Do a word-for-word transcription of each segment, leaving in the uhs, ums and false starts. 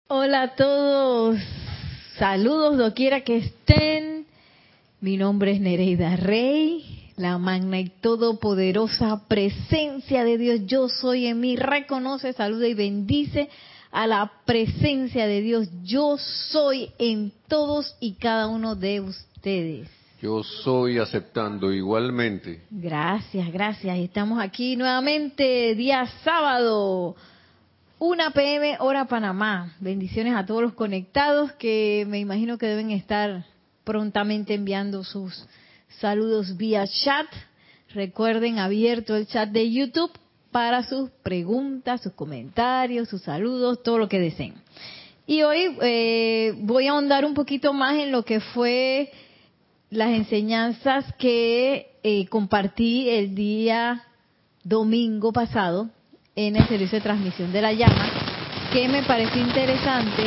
Hola a todos, saludos doquiera que estén. Mi nombre es Nereida Rey, la magna y todopoderosa presencia de Dios yo soy en mí. Reconoce, saluda y bendice a la presencia de Dios yo soy en todos y cada uno de ustedes. Yo soy aceptando igualmente. Gracias, gracias. Estamos aquí nuevamente día sábado. una pe eme hora Panamá. Bendiciones a todos los conectados que me imagino que deben estar prontamente enviando sus saludos vía chat. Recuerden, abierto el chat de YouTube para sus preguntas, sus comentarios, sus saludos, todo lo que deseen. Y hoy eh, voy a ahondar un poquito más en lo que fue las enseñanzas que eh, compartí el día domingo pasado en el servicio de transmisión de la llama, que me pareció interesante.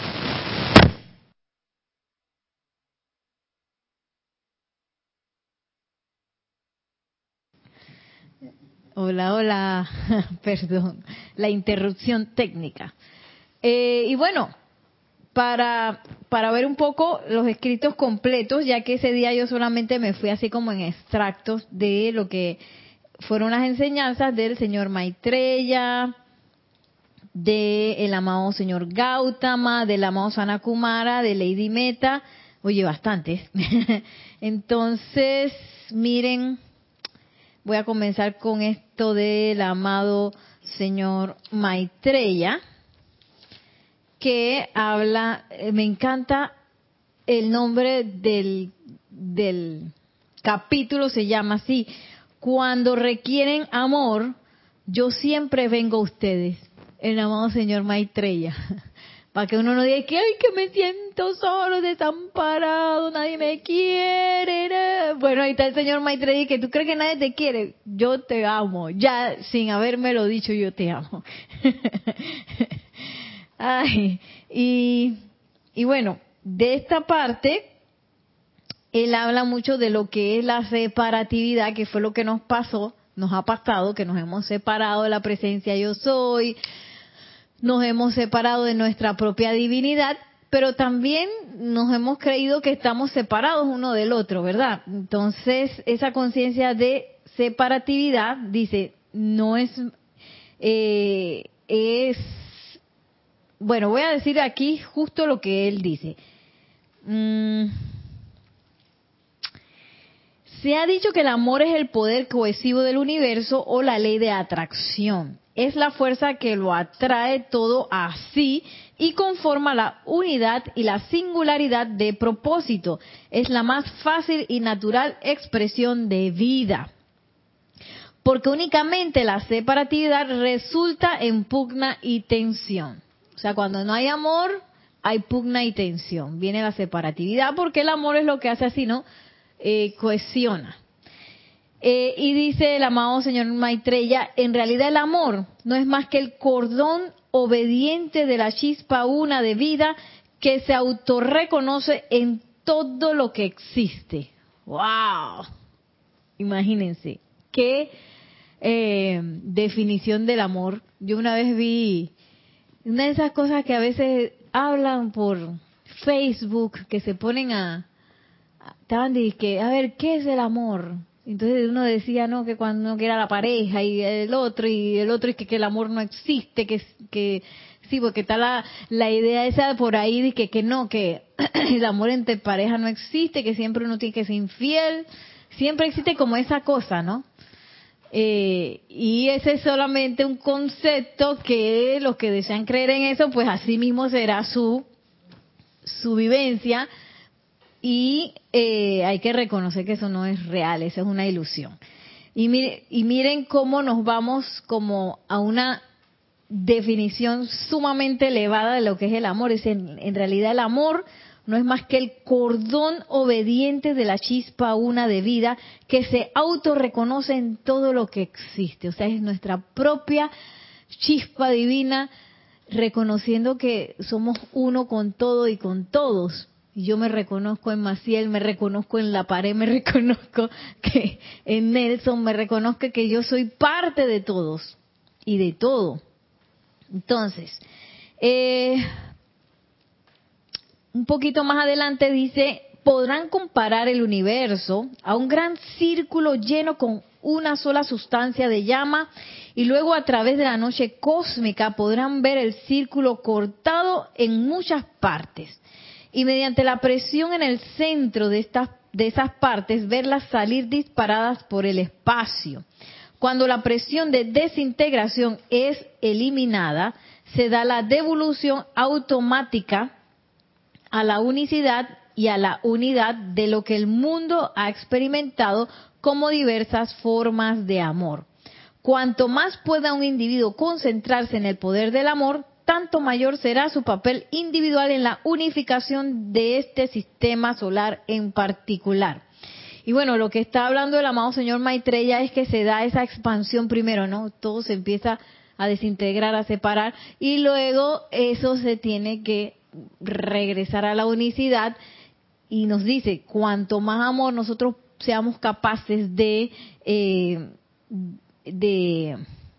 Hola, hola, perdón, la interrupción técnica. Eh, y bueno, para, para ver un poco los escritos completos, ya que ese día yo solamente me fui así como en extractos de lo que fueron las enseñanzas del señor Maitreya, del amado señor Gautama, del amado Sanakumara, de Lady Meta, oye, bastantes. Entonces, miren, voy a comenzar con esto del amado señor Maitreya, que habla, me encanta el nombre del, del capítulo, se llama así, cuando requieren amor, yo siempre vengo a ustedes. El amado señor Maitreya, para que uno no diga que, ay, que me siento solo, desamparado, nadie me quiere. Bueno, ahí está el señor Maitreya, que tú crees que nadie te quiere, yo te amo, ya sin habérmelo dicho, yo te amo. Ay, y, y bueno, de esta parte, él habla mucho de lo que es la separatividad, que fue lo que nos pasó, nos ha pasado, que nos hemos separado de la presencia yo soy, nos hemos separado de nuestra propia divinidad, pero también nos hemos creído que estamos separados uno del otro, ¿verdad? Entonces, esa conciencia de separatividad, dice, no es, eh, es, bueno, voy a decir aquí justo lo que él dice. Mm, se ha dicho que el amor es el poder cohesivo del universo o la ley de atracción. Es la fuerza que lo atrae todo a sí y conforma la unidad y la singularidad de propósito. Es la más fácil y natural expresión de vida. Porque únicamente la separatividad resulta en pugna y tensión. O sea, cuando no hay amor, hay pugna y tensión. Viene la separatividad porque el amor es lo que hace así, ¿no? Eh, cohesiona. Eh, y dice el amado señor Maitreya, en realidad el amor no es más que el cordón obediente de la chispa una de vida que se autorreconoce en todo lo que existe. ¡Wow! Imagínense, qué eh, definición del amor. Yo una vez vi una de esas cosas que a veces hablan por Facebook, que se ponen a, a estaban diciendo que, a ver, ¿qué es el amor? Entonces uno decía, no, que cuando uno quiera la pareja y el otro, y el otro es que, que el amor no existe, que, que sí, porque está la, la idea esa por ahí de que, que no, que el amor entre pareja no existe, que siempre uno tiene que ser infiel, siempre existe como esa cosa, ¿no? Eh, y ese es solamente un concepto que los que desean creer en eso, pues así mismo será su, su vivencia. Y eh, hay que reconocer que eso no es real, eso es una ilusión. Y, mire, y miren cómo nos vamos como a una definición sumamente elevada de lo que es el amor. Es en, en realidad el amor no es más que el cordón obediente de la chispa una de vida que se autorreconoce en todo lo que existe. O sea, es nuestra propia chispa divina reconociendo que somos uno con todo y con todos. Yo me reconozco en Maciel, me reconozco en la pared, me reconozco que en Nelson, me reconozco que yo soy parte de todos y de todo. Entonces, eh, un poquito más adelante dice, podrán comparar el universo a un gran círculo lleno con una sola sustancia de llama y luego a través de la noche cósmica podrán ver el círculo cortado en muchas partes y mediante la presión en el centro de estas de esas partes verlas salir disparadas por el espacio. Cuando la presión de desintegración es eliminada, se da la devolución automática a la unicidad y a la unidad de lo que el mundo ha experimentado como diversas formas de amor. Cuanto más pueda un individuo concentrarse en el poder del amor, tanto mayor será su papel individual en la unificación de este sistema solar en particular. Y bueno, lo que está hablando el amado señor Maitreya es que se da esa expansión primero, ¿no? Todo se empieza a desintegrar, a separar, y luego eso se tiene que regresar a la unicidad, y nos dice, cuanto más amor nosotros seamos capaces de, eh, de,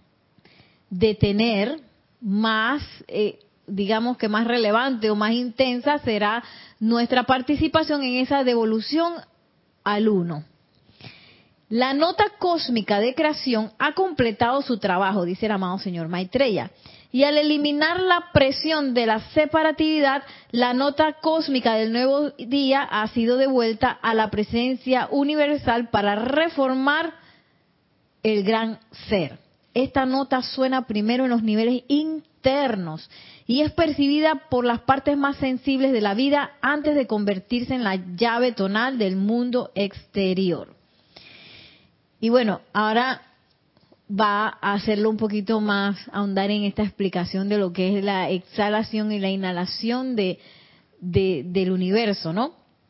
de tener, más, eh, digamos que más relevante o más intensa será nuestra participación en esa devolución al uno. La nota cósmica de creación ha completado su trabajo, dice el amado señor Maitreya, y al eliminar la presión de la separatividad, la nota cósmica del nuevo día ha sido devuelta a la presencia universal para reformar el gran ser. Esta nota suena primero en los niveles internos y es percibida por las partes más sensibles de la vida antes de convertirse en la llave tonal del mundo exterior. Y bueno, ahora va a hacerlo un poquito más, ahondar en esta explicación de lo que es la exhalación y la inhalación de, de, del universo, ¿no?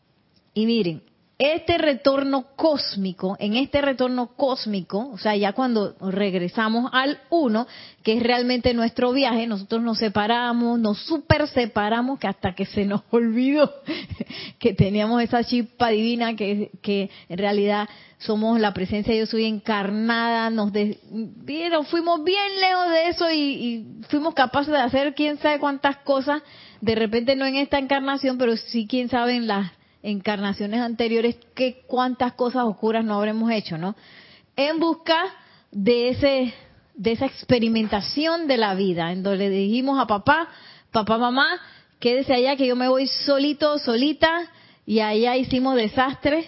Y miren, este retorno cósmico, en este retorno cósmico, o sea, ya cuando regresamos al uno, que es realmente nuestro viaje, nosotros nos separamos, nos super separamos, que hasta que se nos olvidó que teníamos esa chispa divina, que, que en realidad somos la presencia de Yo Soy encarnada, nos de, vieron, fuimos bien lejos de eso y, y fuimos capaces de hacer quién sabe cuántas cosas, de repente no en esta encarnación, pero sí quién sabe en las encarnaciones anteriores, que cuántas cosas oscuras no habremos hecho, ¿no? En busca de ese, de esa experimentación de la vida, en donde le dijimos a papá, papá, mamá, quédese allá que yo me voy solito, solita, y allá hicimos desastres,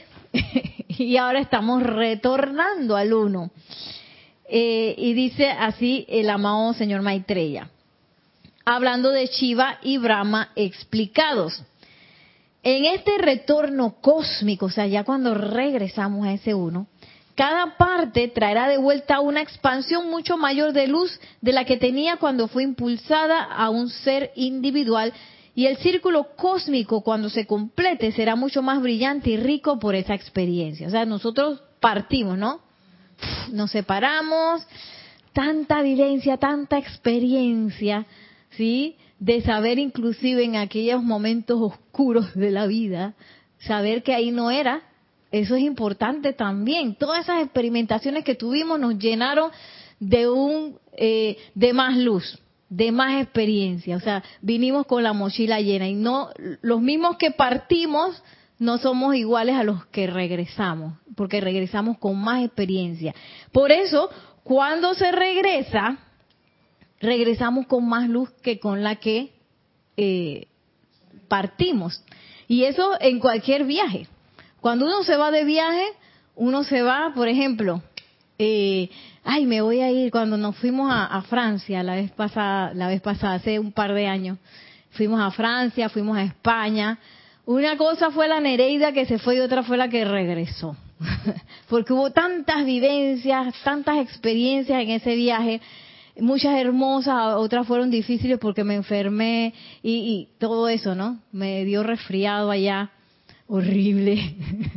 y ahora estamos retornando al uno. Eh, y dice así el amado señor Maitreya, hablando de Shiva y Brahma explicados. En este retorno cósmico, o sea, ya cuando regresamos a ese uno, cada parte traerá de vuelta una expansión mucho mayor de luz de la que tenía cuando fue impulsada a un ser individual, y el círculo cósmico cuando se complete será mucho más brillante y rico por esa experiencia. O sea, nosotros partimos, ¿no? Nos separamos, tanta vivencia, tanta experiencia, ¿sí? De saber inclusive en aquellos momentos oscuros de la vida, saber que ahí no era, eso es importante también. Todas esas experimentaciones que tuvimos nos llenaron de un eh, de más luz, de más experiencia. O sea, vinimos con la mochila llena y no los mismos que partimos no somos iguales a los que regresamos, porque regresamos con más experiencia. Por eso, cuando se regresa, regresamos con más luz que con la que eh, partimos. Y eso en cualquier viaje. Cuando uno se va de viaje, uno se va, por ejemplo, eh, ay, me voy a ir, cuando nos fuimos a, a Francia la vez pasada, la vez pasada, hace un par de años, fuimos a Francia, fuimos a España. Una cosa fue la Nereida que se fue y otra fue la que regresó. Porque hubo tantas vivencias, tantas experiencias en ese viaje, muchas hermosas, otras fueron difíciles porque me enfermé y, y todo eso, ¿no? Me dio resfriado allá, horrible.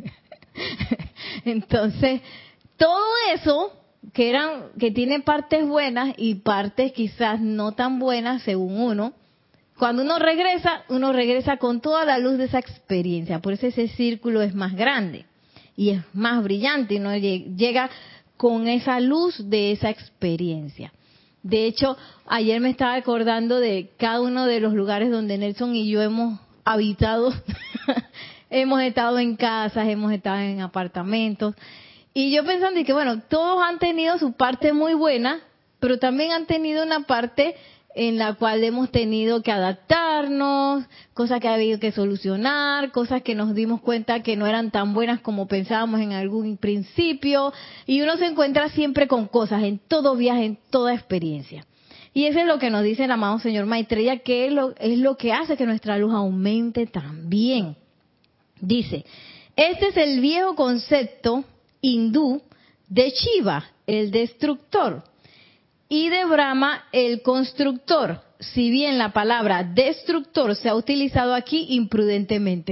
Entonces, todo eso que eran, que tiene partes buenas y partes quizás no tan buenas según uno, cuando uno regresa, uno regresa con toda la luz de esa experiencia. Por eso ese círculo es más grande y es más brillante y uno llega con esa luz de esa experiencia. De hecho, ayer me estaba acordando de cada uno de los lugares donde Nelson y yo hemos habitado, hemos estado en casas, hemos estado en apartamentos. Y yo pensando y que bueno, todos han tenido su parte muy buena, pero también han tenido una parte en la cual hemos tenido que adaptarnos, cosas que ha habido que solucionar, cosas que nos dimos cuenta que no eran tan buenas como pensábamos en algún principio, y uno se encuentra siempre con cosas en todo viaje, en toda experiencia. Y eso es lo que nos dice el amado señor Maitreya, que es lo, es lo que hace que nuestra luz aumente también. Dice, este es el viejo concepto hindú de Shiva, el destructor, y de Brahma, el constructor, si bien la palabra destructor se ha utilizado aquí imprudentemente.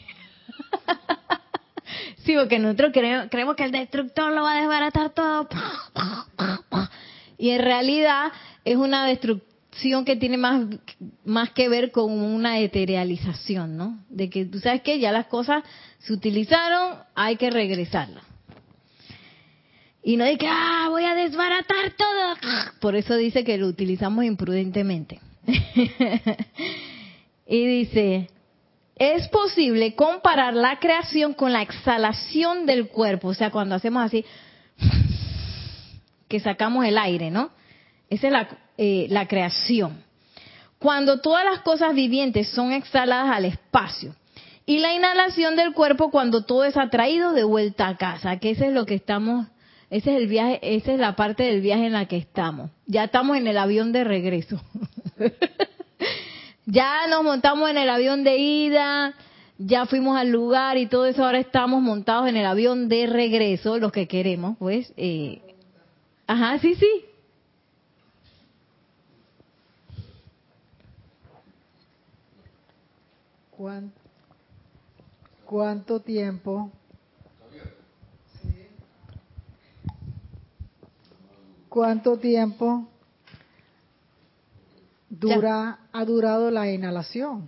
Sí, porque nosotros creemos, creemos que el destructor lo va a desbaratar todo. Y en realidad es una destrucción que tiene más, más que ver con una eterialización, ¿no? De que tú sabes que ya las cosas se utilizaron, hay que regresarlas. Y no de que, ah, voy a desbaratar todo. Por eso dice que lo utilizamos imprudentemente. Y dice, es posible comparar la creación con la exhalación del cuerpo. O sea, cuando hacemos así, que sacamos el aire, ¿no? Esa es la, eh, la creación. Cuando todas las cosas vivientes son exhaladas al espacio. Y la inhalación del cuerpo cuando todo es atraído de vuelta a casa. Que ese es lo que estamos... Ese es el viaje, esa es la parte del viaje en la que estamos. Ya estamos en el avión de regreso. Ya nos montamos en el avión de ida, ya fuimos al lugar y todo eso. Ahora estamos montados en el avión de regreso, los que queremos, pues. Eh, ajá, sí, sí. ¿Cuán- ¿Cuánto tiempo? ¿Cuánto tiempo dura ha durado la inhalación?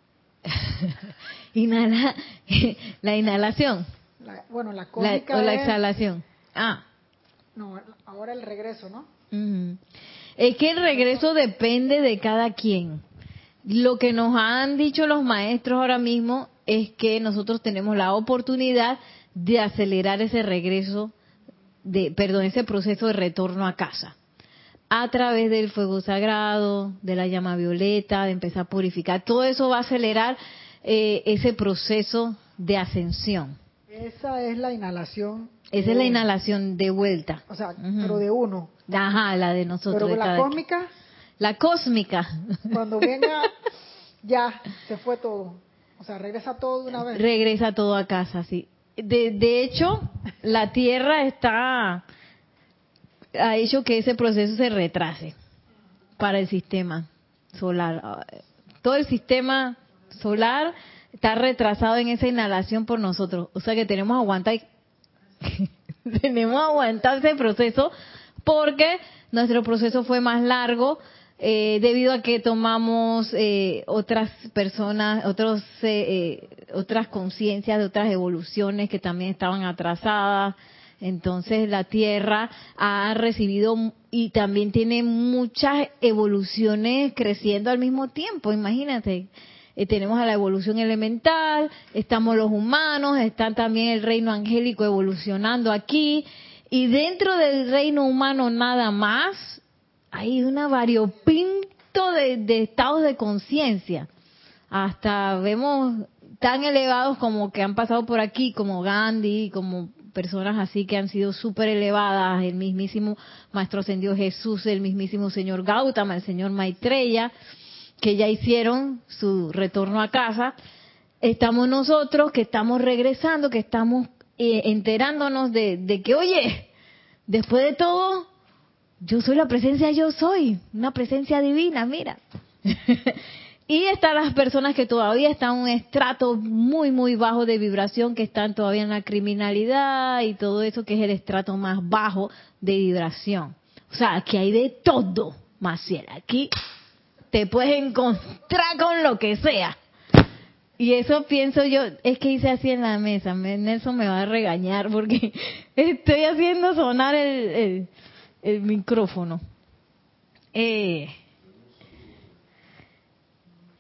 Inhala, la inhalación. La- bueno, la La, cósmica o la es- exhalación. Ah. No, ahora el regreso, ¿no? Ujú. Es que el regreso depende de cada quien. Lo que nos han dicho los maestros ahora mismo es que nosotros tenemos la oportunidad de acelerar ese regreso, de, perdón, ese proceso de retorno a casa. A través del fuego sagrado, de la llama violeta, de empezar a purificar. Todo eso va a acelerar eh, ese proceso de ascensión. Esa es la inhalación. Esa de es la uno. inhalación de vuelta. O sea, Ujú. pero de uno. Ajá, la de nosotros. Pero de la cada cósmica, quien. La cósmica. cuando venga, ya se fue todo. O sea, regresa todo de una vez. Regresa todo a casa, sí. De, de hecho, la Tierra está ha hecho que ese proceso se retrase para el sistema solar. Todo el sistema solar está retrasado en esa inhalación por nosotros. O sea que tenemos que aguantar, tenemos que aguantar ese proceso porque nuestro proceso fue más largo eh, debido a que tomamos eh, otras personas, otros, eh, eh, otras conciencias de otras evoluciones que también estaban atrasadas. Entonces la Tierra ha recibido y también tiene muchas evoluciones creciendo al mismo tiempo. Imagínate, eh, tenemos a la evolución elemental, estamos los humanos, está también el reino angélico evolucionando aquí. Y dentro del reino humano nada más hay una variopinto de, de estados de conciencia. Hasta vemos tan elevados como que han pasado por aquí, como Gandhi, como personas así que han sido súper elevadas, el mismísimo Maestro Ascendido Jesús, el mismísimo Señor Gautama, el Señor Maitreya, que ya hicieron su retorno a casa. Estamos nosotros que estamos regresando, que estamos eh, enterándonos de, de que, oye, después de todo, yo soy la presencia, yo soy, una presencia divina, mira. Y están las personas que todavía están en un estrato muy, muy bajo de vibración, que están todavía en la criminalidad y todo eso, que es el estrato más bajo de vibración. O sea, aquí hay de todo, Maciel. Aquí te puedes encontrar con lo que sea. Y eso pienso yo, es que hice así en la mesa. Nelson me va a regañar porque estoy haciendo sonar el, el, el micrófono. Eh...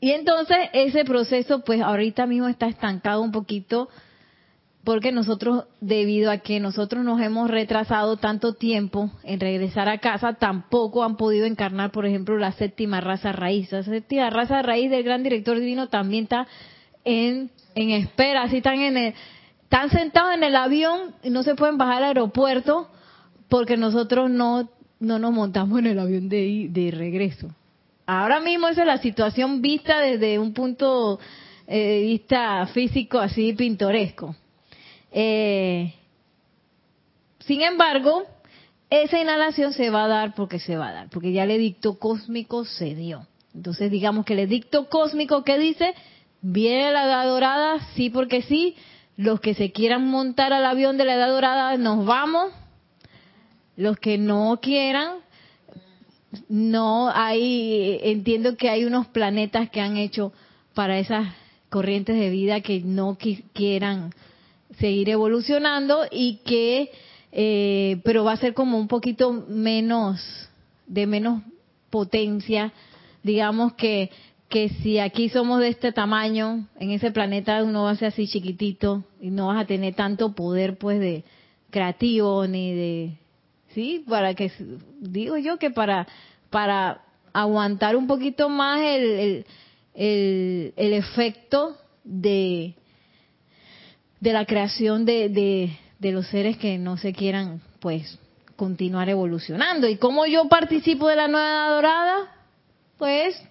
Y entonces ese proceso pues ahorita mismo está estancado un poquito porque nosotros, debido a que nosotros nos hemos retrasado tanto tiempo en regresar a casa, tampoco han podido encarnar, por ejemplo, la séptima raza raíz. La séptima raza raíz del gran director divino también está en, en espera, así están en el, están sentados en el avión y no se pueden bajar al aeropuerto porque nosotros no, no nos montamos en el avión de, de regreso. Ahora mismo esa es la situación vista desde un punto eh, de vista físico así pintoresco. Eh, sin embargo, esa inhalación se va a dar porque se va a dar, porque ya el edicto cósmico se dio. Entonces digamos que el edicto cósmico que dice, viene la edad dorada, sí porque sí, los que se quieran montar al avión de la edad dorada nos vamos, los que no quieran, no hay, entiendo que hay unos planetas que han hecho para esas corrientes de vida que no qui- quieran seguir evolucionando y que eh, pero va a ser como un poquito menos de menos potencia, digamos que que si aquí somos de este tamaño, en ese planeta uno va a ser así chiquitito y no vas a tener tanto poder pues de creativo ni de sí, para que digo yo que para para aguantar un poquito más el el, el, el efecto de de la creación de, de, de los seres que no se quieran, pues, continuar evolucionando. ¿Y cómo yo participo de la nueva edad dorada? Pues,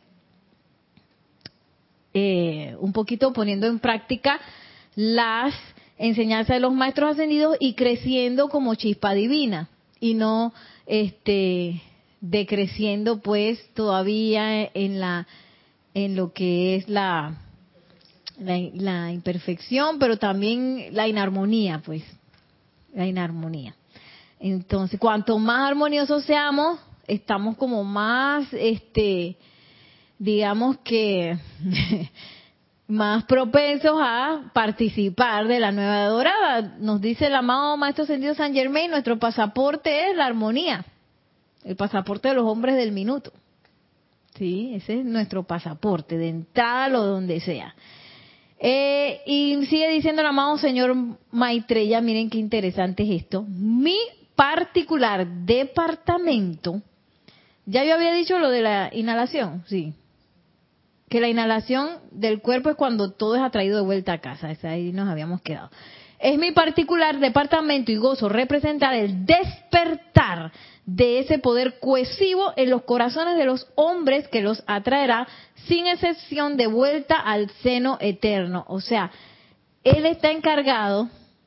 eh, un poquito poniendo en práctica las enseñanzas de los maestros ascendidos y creciendo como chispa divina y no, este, decreciendo, pues, todavía en la, en lo que es la La, la imperfección, pero también la inarmonía, pues, la inarmonía. Entonces, cuanto más armoniosos seamos, estamos como más, este, digamos que, más propensos a participar de la nueva dorada. Nos dice el amado Maestro Ascendido San Germain, nuestro pasaporte es la armonía, el pasaporte de los hombres del minuto. Sí, ese es nuestro pasaporte, de entrada o donde sea. Eh, y sigue diciendo el amado señor Maitreya, miren qué interesante es esto. Mi particular departamento, ya yo había dicho lo de la inhalación, sí, que la inhalación del cuerpo es cuando todo es atraído de vuelta a casa, ahí nos habíamos quedado. Es mi particular departamento y gozo representar el despertar de ese poder cohesivo en los corazones de los hombres que los atraerá sin excepción de vuelta al seno eterno. O sea, él está encargado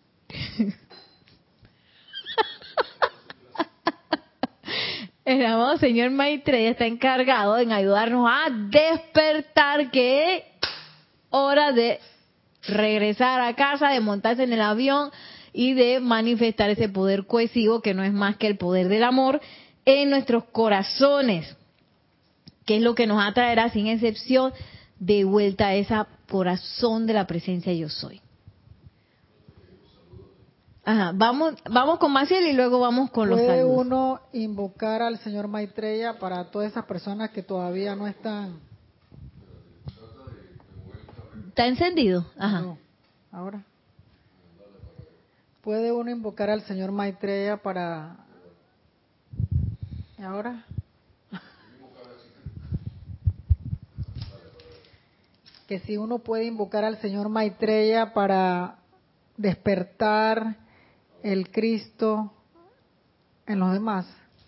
el amado señor Maitreya está encargado en ayudarnos a despertar, que es hora de regresar a casa, de montarse en el avión y de manifestar ese poder cohesivo que no es más que el poder del amor en nuestros corazones, que es lo que nos atraerá sin excepción de vuelta a ese corazón de la presencia yo soy. Ajá, vamos, vamos con Maciel y luego vamos con los ¿Puede saludos. uno invocar al señor Maitreya para todas esas personas que todavía no están? ¿Está encendido? Ajá. No, ahora. ¿Puede uno invocar al señor Maitreya para... ¿Y ahora? Que si uno puede invocar al señor Maitreya para despertar el Cristo en los demás.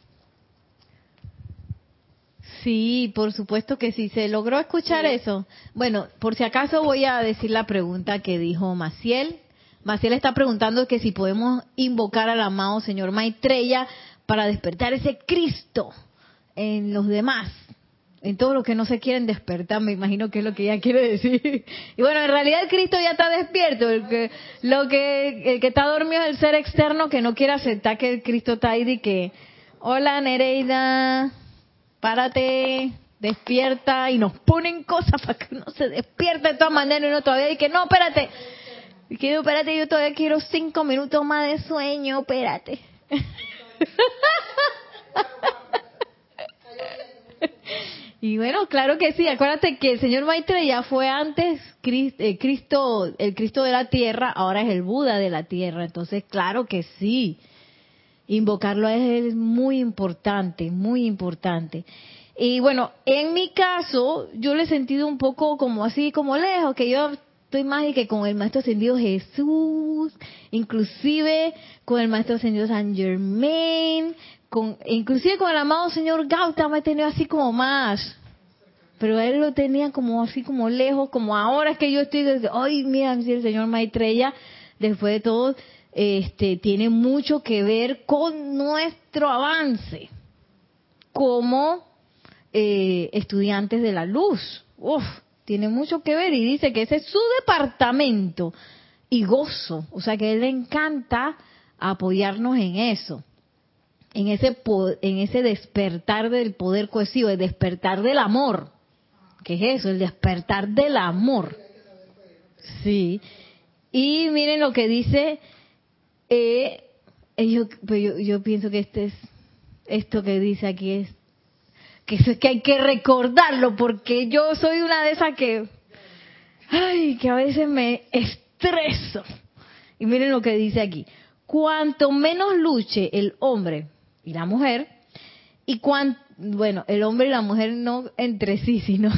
Sí, por supuesto que sí. ¿Se logró escuchar Sí. eso? Bueno, por si acaso voy a decir la pregunta que dijo Maciel. Maciel está preguntando que si podemos invocar al amado señor Maitreya para despertar ese Cristo en los demás, en todos los que no se quieren despertar, me imagino que es lo que ella quiere decir. Y bueno, en realidad el Cristo ya está despierto. El que, lo que, el que está dormido es el ser externo que no quiere aceptar que el Cristo está ahí y que, hola Nereida, párate, despierta, y nos ponen cosas para que uno se despierte de todas maneras y uno todavía dice, no, espérate, y que, espérate, yo todavía quiero cinco minutos más de sueño, espérate. Y bueno, claro que sí. Acuérdate que el señor Maitreya fue antes Cristo, eh, Cristo, el Cristo de la tierra, ahora es el Buda de la tierra. Entonces, claro que sí. Invocarlo a él es muy importante, muy importante. Y bueno, en mi caso, yo lo he sentido un poco como así, como lejos, que yo estoy más y que con el Maestro Ascendido Jesús, inclusive con el Maestro Ascendido San Germain, con, inclusive con el amado Señor Gautama me he tenido así como más. Pero él lo tenía como así como lejos, como ahora es que yo estoy desde, ay, mira, si el señor Maitreya, después de todo, este, tiene mucho que ver con nuestro avance como eh, estudiantes de la luz. Uf, tiene mucho que ver y dice que ese es su departamento y gozo, o sea que a él le encanta apoyarnos en eso, en ese en ese despertar del poder cohesivo, el despertar del amor. ¿Qué es eso? El despertar del amor. Sí. Y miren lo que dice, eh, yo, yo, yo pienso que este es, esto que dice aquí es, que eso es que hay que recordarlo, porque yo soy una de esas que, ay, que a veces me estreso. Y miren lo que dice aquí. Cuanto menos luche el hombre y la mujer, y cuanto, bueno, el hombre y la mujer no entre sí, sino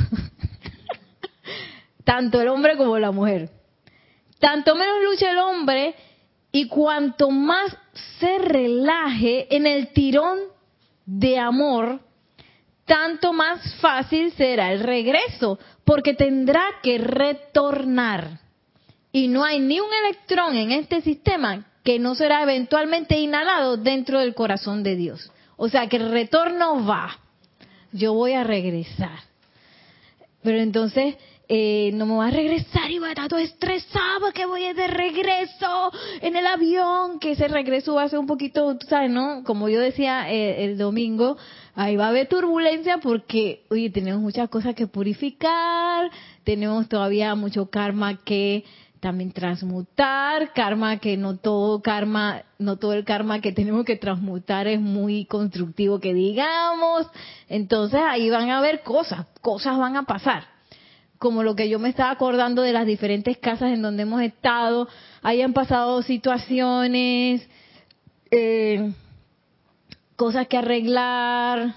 tanto el hombre como la mujer. Tanto menos lucha el hombre y cuanto más se relaje en el tirón de amor, tanto más fácil será el regreso, porque tendrá que retornar. Y no hay ni un electrón en este sistema que no será eventualmente inhalado dentro del corazón de Dios. O sea que el retorno va. Yo voy a regresar. Pero entonces eh, no me voy a regresar y voy a estar todo estresado porque voy de regreso en el avión, que ese regreso va a ser un poquito, tú sabes, ¿no? Como yo decía eh, el domingo, ahí va a haber turbulencia porque, oye, tenemos muchas cosas que purificar, tenemos todavía mucho karma que también transmutar, karma que no todo karma, no todo el karma que tenemos que transmutar es muy constructivo que digamos. Entonces ahí van a haber cosas, cosas van a pasar. Como lo que yo me estaba acordando de las diferentes casas en donde hemos estado, hayan pasado situaciones, eh, cosas que arreglar,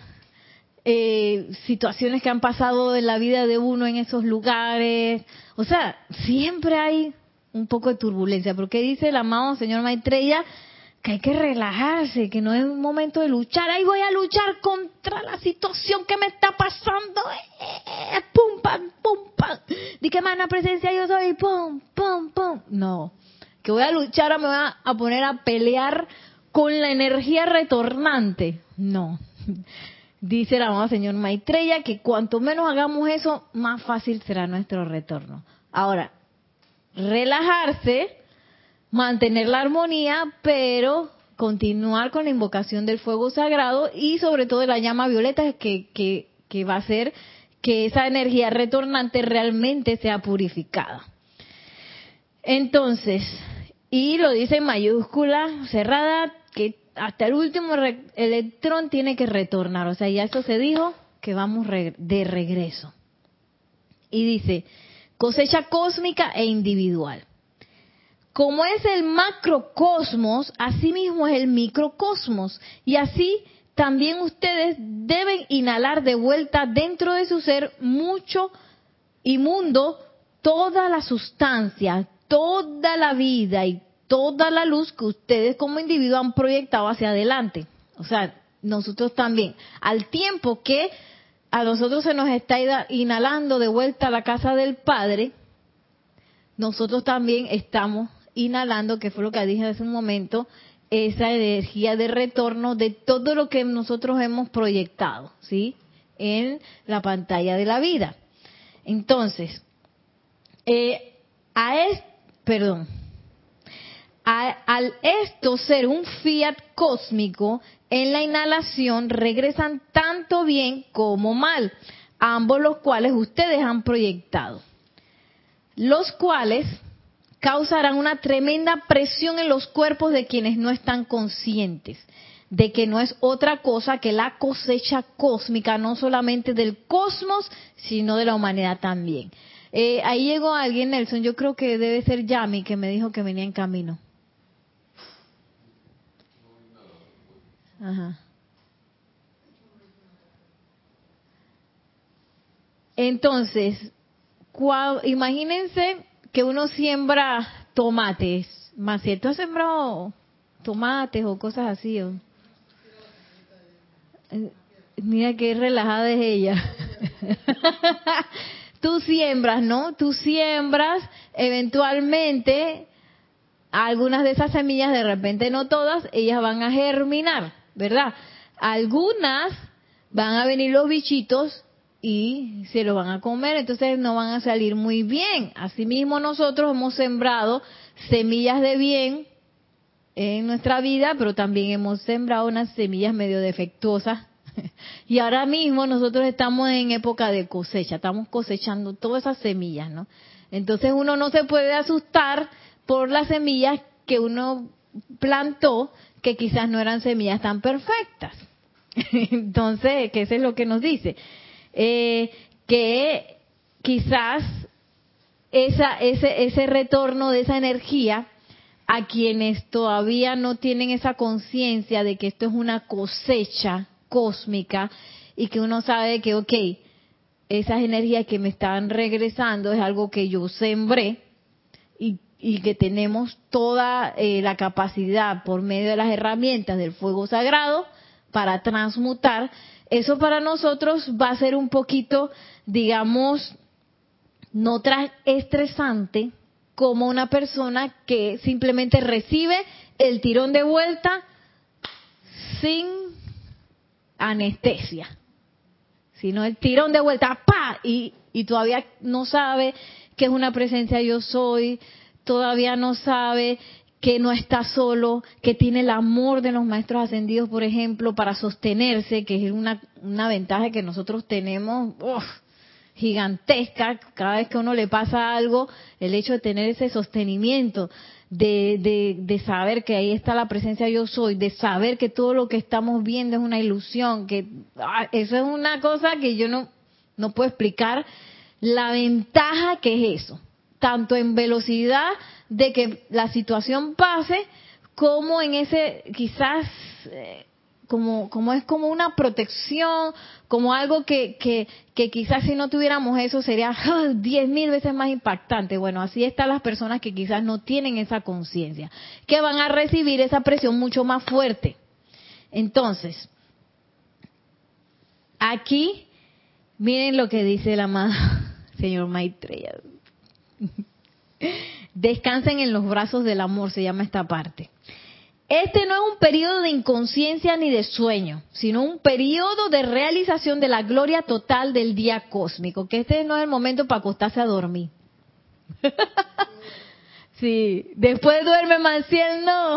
eh, situaciones que han pasado en la vida de uno en esos lugares. O sea, siempre hay un poco de turbulencia, porque dice el amado señor Maitreya que hay que relajarse, que no es un momento de luchar. Ahí voy a luchar contra la situación que me está pasando. Eh, pum, pam, pum, pam. Di que magna presencia yo soy, pum, pum, pum. No, que voy a luchar, me voy a, a poner a pelear con la energía retornante. No. Dice el amado señor Maitreya que cuanto menos hagamos eso, más fácil será nuestro retorno. Ahora, relajarse, mantener la armonía, pero continuar con la invocación del fuego sagrado y sobre todo de la llama violeta que, que, que va a hacer que esa energía retornante realmente sea purificada. Entonces, y lo dice en mayúscula cerrada, que hasta el último re- electrón tiene que retornar. O sea, ya eso se dijo, que vamos re- de regreso. Y dice, cosecha cósmica e individual. Como es el macrocosmos, así mismo es el microcosmos. Y así también ustedes deben inhalar de vuelta dentro de su ser mucho y mundo toda la sustancia, toda la vida y toda la luz que ustedes como individuos han proyectado hacia adelante. O sea, nosotros también, al tiempo que a nosotros se nos está inhalando de vuelta a la casa del Padre, nosotros también estamos inhalando, que fue lo que dije hace un momento, esa energía de retorno de todo lo que nosotros hemos proyectado, ¿sí? En la pantalla de la vida. Entonces, eh, a es, perdón, a, al esto ser un fiat cósmico, en la inhalación regresan tanto bien como mal, ambos los cuales ustedes han proyectado, los cuales causarán una tremenda presión en los cuerpos de quienes no están conscientes. de que no es otra cosa que la cosecha cósmica, no solamente del cosmos, sino de la humanidad también. Eh, ahí llegó alguien, Nelson, yo creo que debe ser Yami, que me dijo que venía en camino. Ajá. Entonces, cua- imagínense que uno siembra tomates, más cierto, ¿has sembrado tomates o cosas así? ¿O? Eh, Mira qué relajada es ella. Tú siembras, ¿no? Tú siembras, eventualmente, algunas de esas semillas, de repente no todas, ellas van a germinar, ¿verdad? Algunas van a venir los bichitos y se los van a comer, entonces no van a salir muy bien. Asimismo, nosotros hemos sembrado semillas de bien en nuestra vida, pero también hemos sembrado unas semillas medio defectuosas. Y ahora mismo nosotros estamos en época de cosecha, estamos cosechando todas esas semillas, ¿no? Entonces uno no se puede asustar por las semillas que uno plantó, que quizás no eran semillas tan perfectas. Entonces, que eso es lo que nos dice. Eh, que quizás esa, ese, ese retorno de esa energía a quienes todavía no tienen esa conciencia de que esto es una cosecha cósmica y que uno sabe que, ok, esas energías que me están regresando es algo que yo sembré y, y que tenemos toda eh, la capacidad por medio de las herramientas del fuego sagrado para transmutar. Eso para nosotros va a ser un poquito, digamos, no tan estresante como una persona que simplemente recibe el tirón de vuelta sin anestesia, sino el tirón de vuelta, ¡pa! Y, y todavía no sabe que es una presencia yo soy, todavía no sabe que no está solo, que tiene el amor de los maestros ascendidos, por ejemplo, para sostenerse, que es una, una ventaja que nosotros tenemos, uf, gigantesca. Cada vez que a uno le pasa algo, el hecho de tener ese sostenimiento, de, de, de saber que ahí está la presencia yo soy, de saber que todo lo que estamos viendo es una ilusión, que ah, eso es una cosa que yo no, no puedo explicar la ventaja que es eso, tanto en velocidad de que la situación pase, como en ese quizás eh, como, como es como una protección, como algo que, que, que quizás si no tuviéramos eso sería diez mil veces más impactante. Bueno, así están las personas que quizás no tienen esa conciencia, que van a recibir esa presión mucho más fuerte. Entonces, aquí, miren lo que dice el amado señor Maitreya. Descansen en los brazos del amor, se llama esta parte. Este no es un periodo de inconsciencia ni de sueño, sino un periodo de realización de la gloria total del día cósmico, que este no es el momento para acostarse a dormir. Sí, después duerme Manciel, no.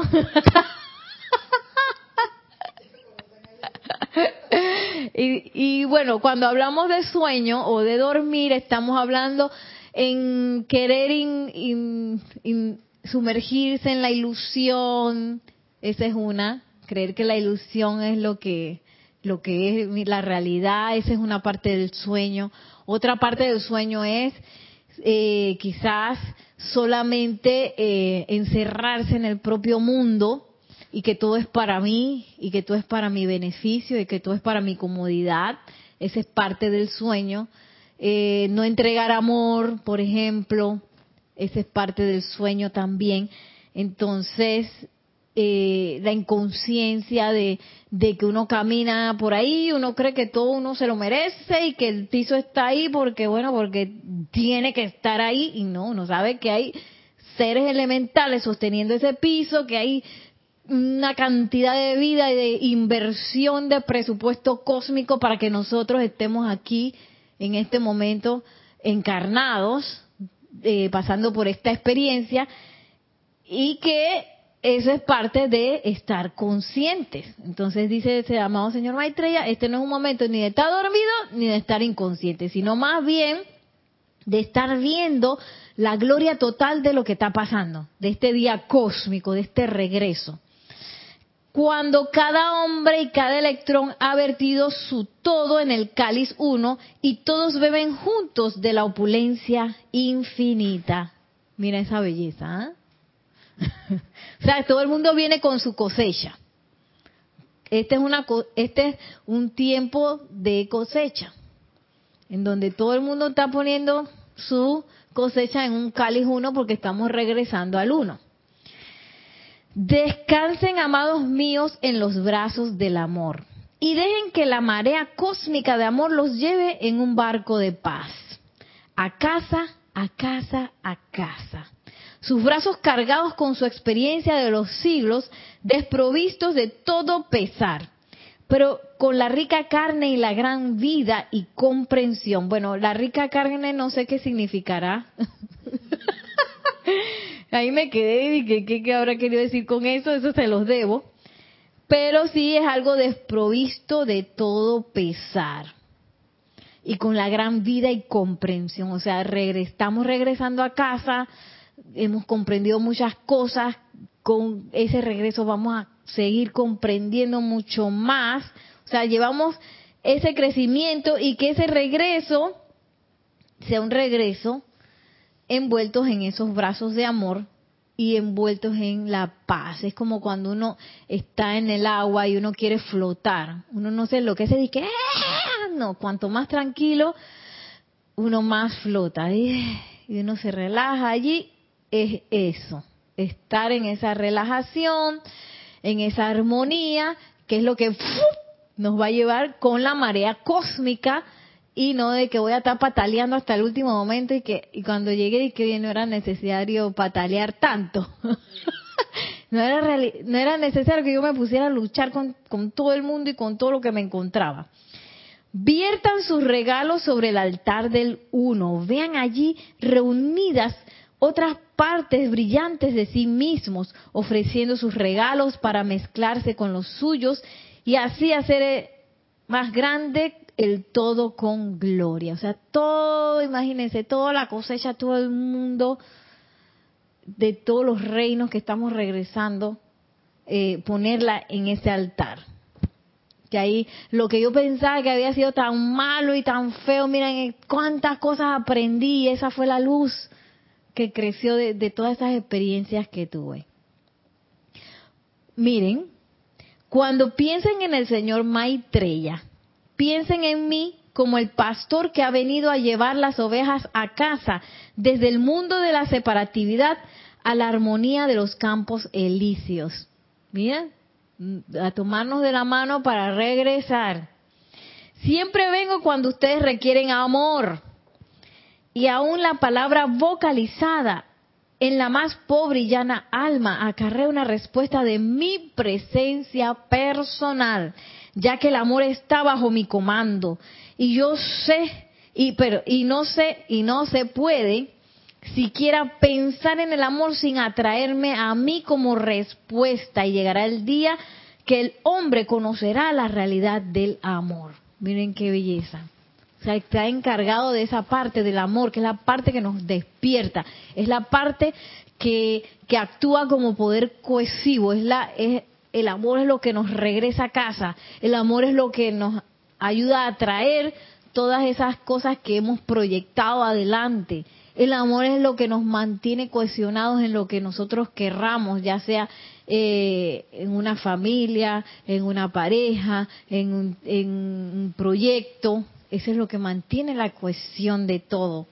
y, y bueno, cuando hablamos de sueño o de dormir, estamos hablando en querer in, in, in, sumergirse en la ilusión. Esa es una, creer que la ilusión es lo que, lo que es la realidad. Esa es una parte del sueño. Otra parte del sueño es eh, quizás solamente eh, encerrarse en el propio mundo y que todo es para mí y que todo es para mi beneficio y que todo es para mi comodidad. Esa es parte del sueño. Eh, no entregar amor, por ejemplo, esa es parte del sueño también. Entonces, eh, la inconsciencia de, de que uno camina por ahí, uno cree que todo uno se lo merece y que el piso está ahí porque, bueno, porque tiene que estar ahí, y no, uno sabe que hay seres elementales sosteniendo ese piso, que hay una cantidad de vida y de inversión de presupuesto cósmico para que nosotros estemos aquí en este momento encarnados, eh, pasando por esta experiencia, y que eso es parte de estar conscientes. Entonces dice ese amado señor Maitreya, este no es un momento ni de estar dormido ni de estar inconsciente, sino más bien de estar viendo la gloria total de lo que está pasando, de este día cósmico, de este regreso. cuando cada hombre y cada electrón ha vertido su todo en el cáliz uno y todos beben juntos de la opulencia infinita. Mira esa belleza, ¿eh? O sea, todo el mundo viene con su cosecha. Este es, una, este es un tiempo de cosecha, en donde todo el mundo está poniendo su cosecha en un cáliz uno porque estamos regresando al uno. Descansen, amados míos, en los brazos del amor y dejen que la marea cósmica de amor los lleve en un barco de paz. A casa, a casa, a casa. Sus brazos cargados con su experiencia de los siglos, desprovistos de todo pesar, pero con la rica carne y la gran vida y comprensión. Bueno, la rica carne no sé qué significará. Ahí me quedé y ¿qué, qué, qué habrá querido decir con eso? Eso se los debo. Pero sí es algo desprovisto de todo pesar. Y con la gran vida y comprensión. O sea, regres, estamos regresando a casa, hemos comprendido muchas cosas. Con ese regreso vamos a seguir comprendiendo mucho más. O sea, llevamos ese crecimiento y que ese regreso sea un regreso envueltos en esos brazos de amor y envueltos en la paz. Es como cuando uno está en el agua y uno quiere flotar. Uno no se enloquece y que no, cuanto más tranquilo, uno más flota. Y uno se relaja allí. Es eso, estar en esa relajación, en esa armonía, que es lo que nos va a llevar con la marea cósmica. Y no de que voy a estar pataleando hasta el último momento y que y cuando llegué y que no era necesario patalear tanto. no, era reali- no era necesario que yo me pusiera a luchar con, con todo el mundo y con todo lo que me encontraba. Viertan sus regalos sobre el altar del uno. Vean allí reunidas otras partes brillantes de sí mismos, ofreciendo sus regalos para mezclarse con los suyos y así hacer más grande el todo con gloria. O sea, todo, imagínense, toda la cosecha, todo el mundo, de todos los reinos que estamos regresando, eh, ponerla en ese altar. Que ahí, lo que yo pensaba que había sido tan malo y tan feo, miren cuántas cosas aprendí y esa fue la luz que creció de, de todas esas experiencias que tuve. Miren, cuando piensen en el señor Maitreya, piensen en mí como el pastor que ha venido a llevar las ovejas a casa desde el mundo de la separatividad a la armonía de los campos elíseos. Miren, a tomarnos de la mano para regresar. Siempre vengo cuando ustedes requieren amor. Y aún la palabra vocalizada en la más pobre y llana alma acarrea una respuesta de mi presencia personal, ya que el amor está bajo mi comando y yo sé y pero y no sé y no se puede siquiera pensar en el amor sin atraerme a mí como respuesta, y llegará el día que el hombre conocerá la realidad del amor. Miren qué belleza. O sea, está encargado de esa parte del amor, que es la parte que nos despierta, es la parte que, que actúa como poder cohesivo, es la, es, el amor es lo que nos regresa a casa, el amor es lo que nos ayuda a atraer todas esas cosas que hemos proyectado adelante. El amor es lo que nos mantiene cohesionados en lo que nosotros querramos, ya sea eh, en una familia, en una pareja, en un, en un proyecto. Eso es lo que mantiene la cohesión de todo.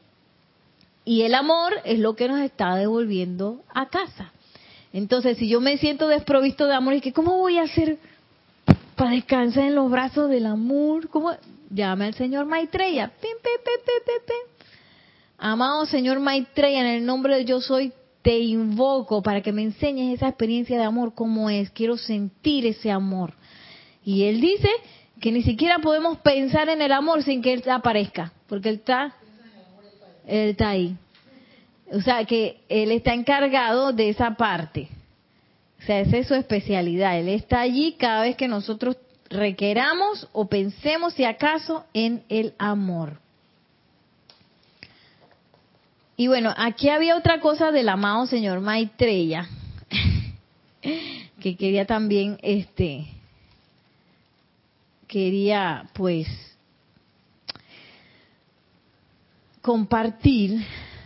Y el amor es lo que nos está devolviendo a casa. Entonces, si yo me siento desprovisto de amor, ¿y que cómo voy a hacer para descansar en los brazos del amor? ¿Cómo? Llame al señor Maitreya. Pim, pim, pim, pim, pim, pim. Amado señor Maitreya, en el nombre de Yo Soy, te invoco para que me enseñes esa experiencia de amor, cómo es. Quiero sentir ese amor. Y él dice que ni siquiera podemos pensar en el amor sin que él aparezca, porque él está, él está ahí. O sea, que él está encargado de esa parte. O sea, esa es su especialidad. Él está allí cada vez que nosotros requeramos o pensemos, si acaso, en el amor. Y bueno, aquí había otra cosa del amado señor Maitreya, que quería también, este, quería pues compartir.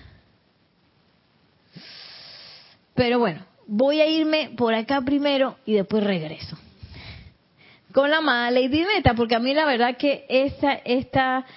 Pero bueno, voy a irme por acá primero y después regreso con la amada Lady Meta, porque a mí la verdad que esta, esta,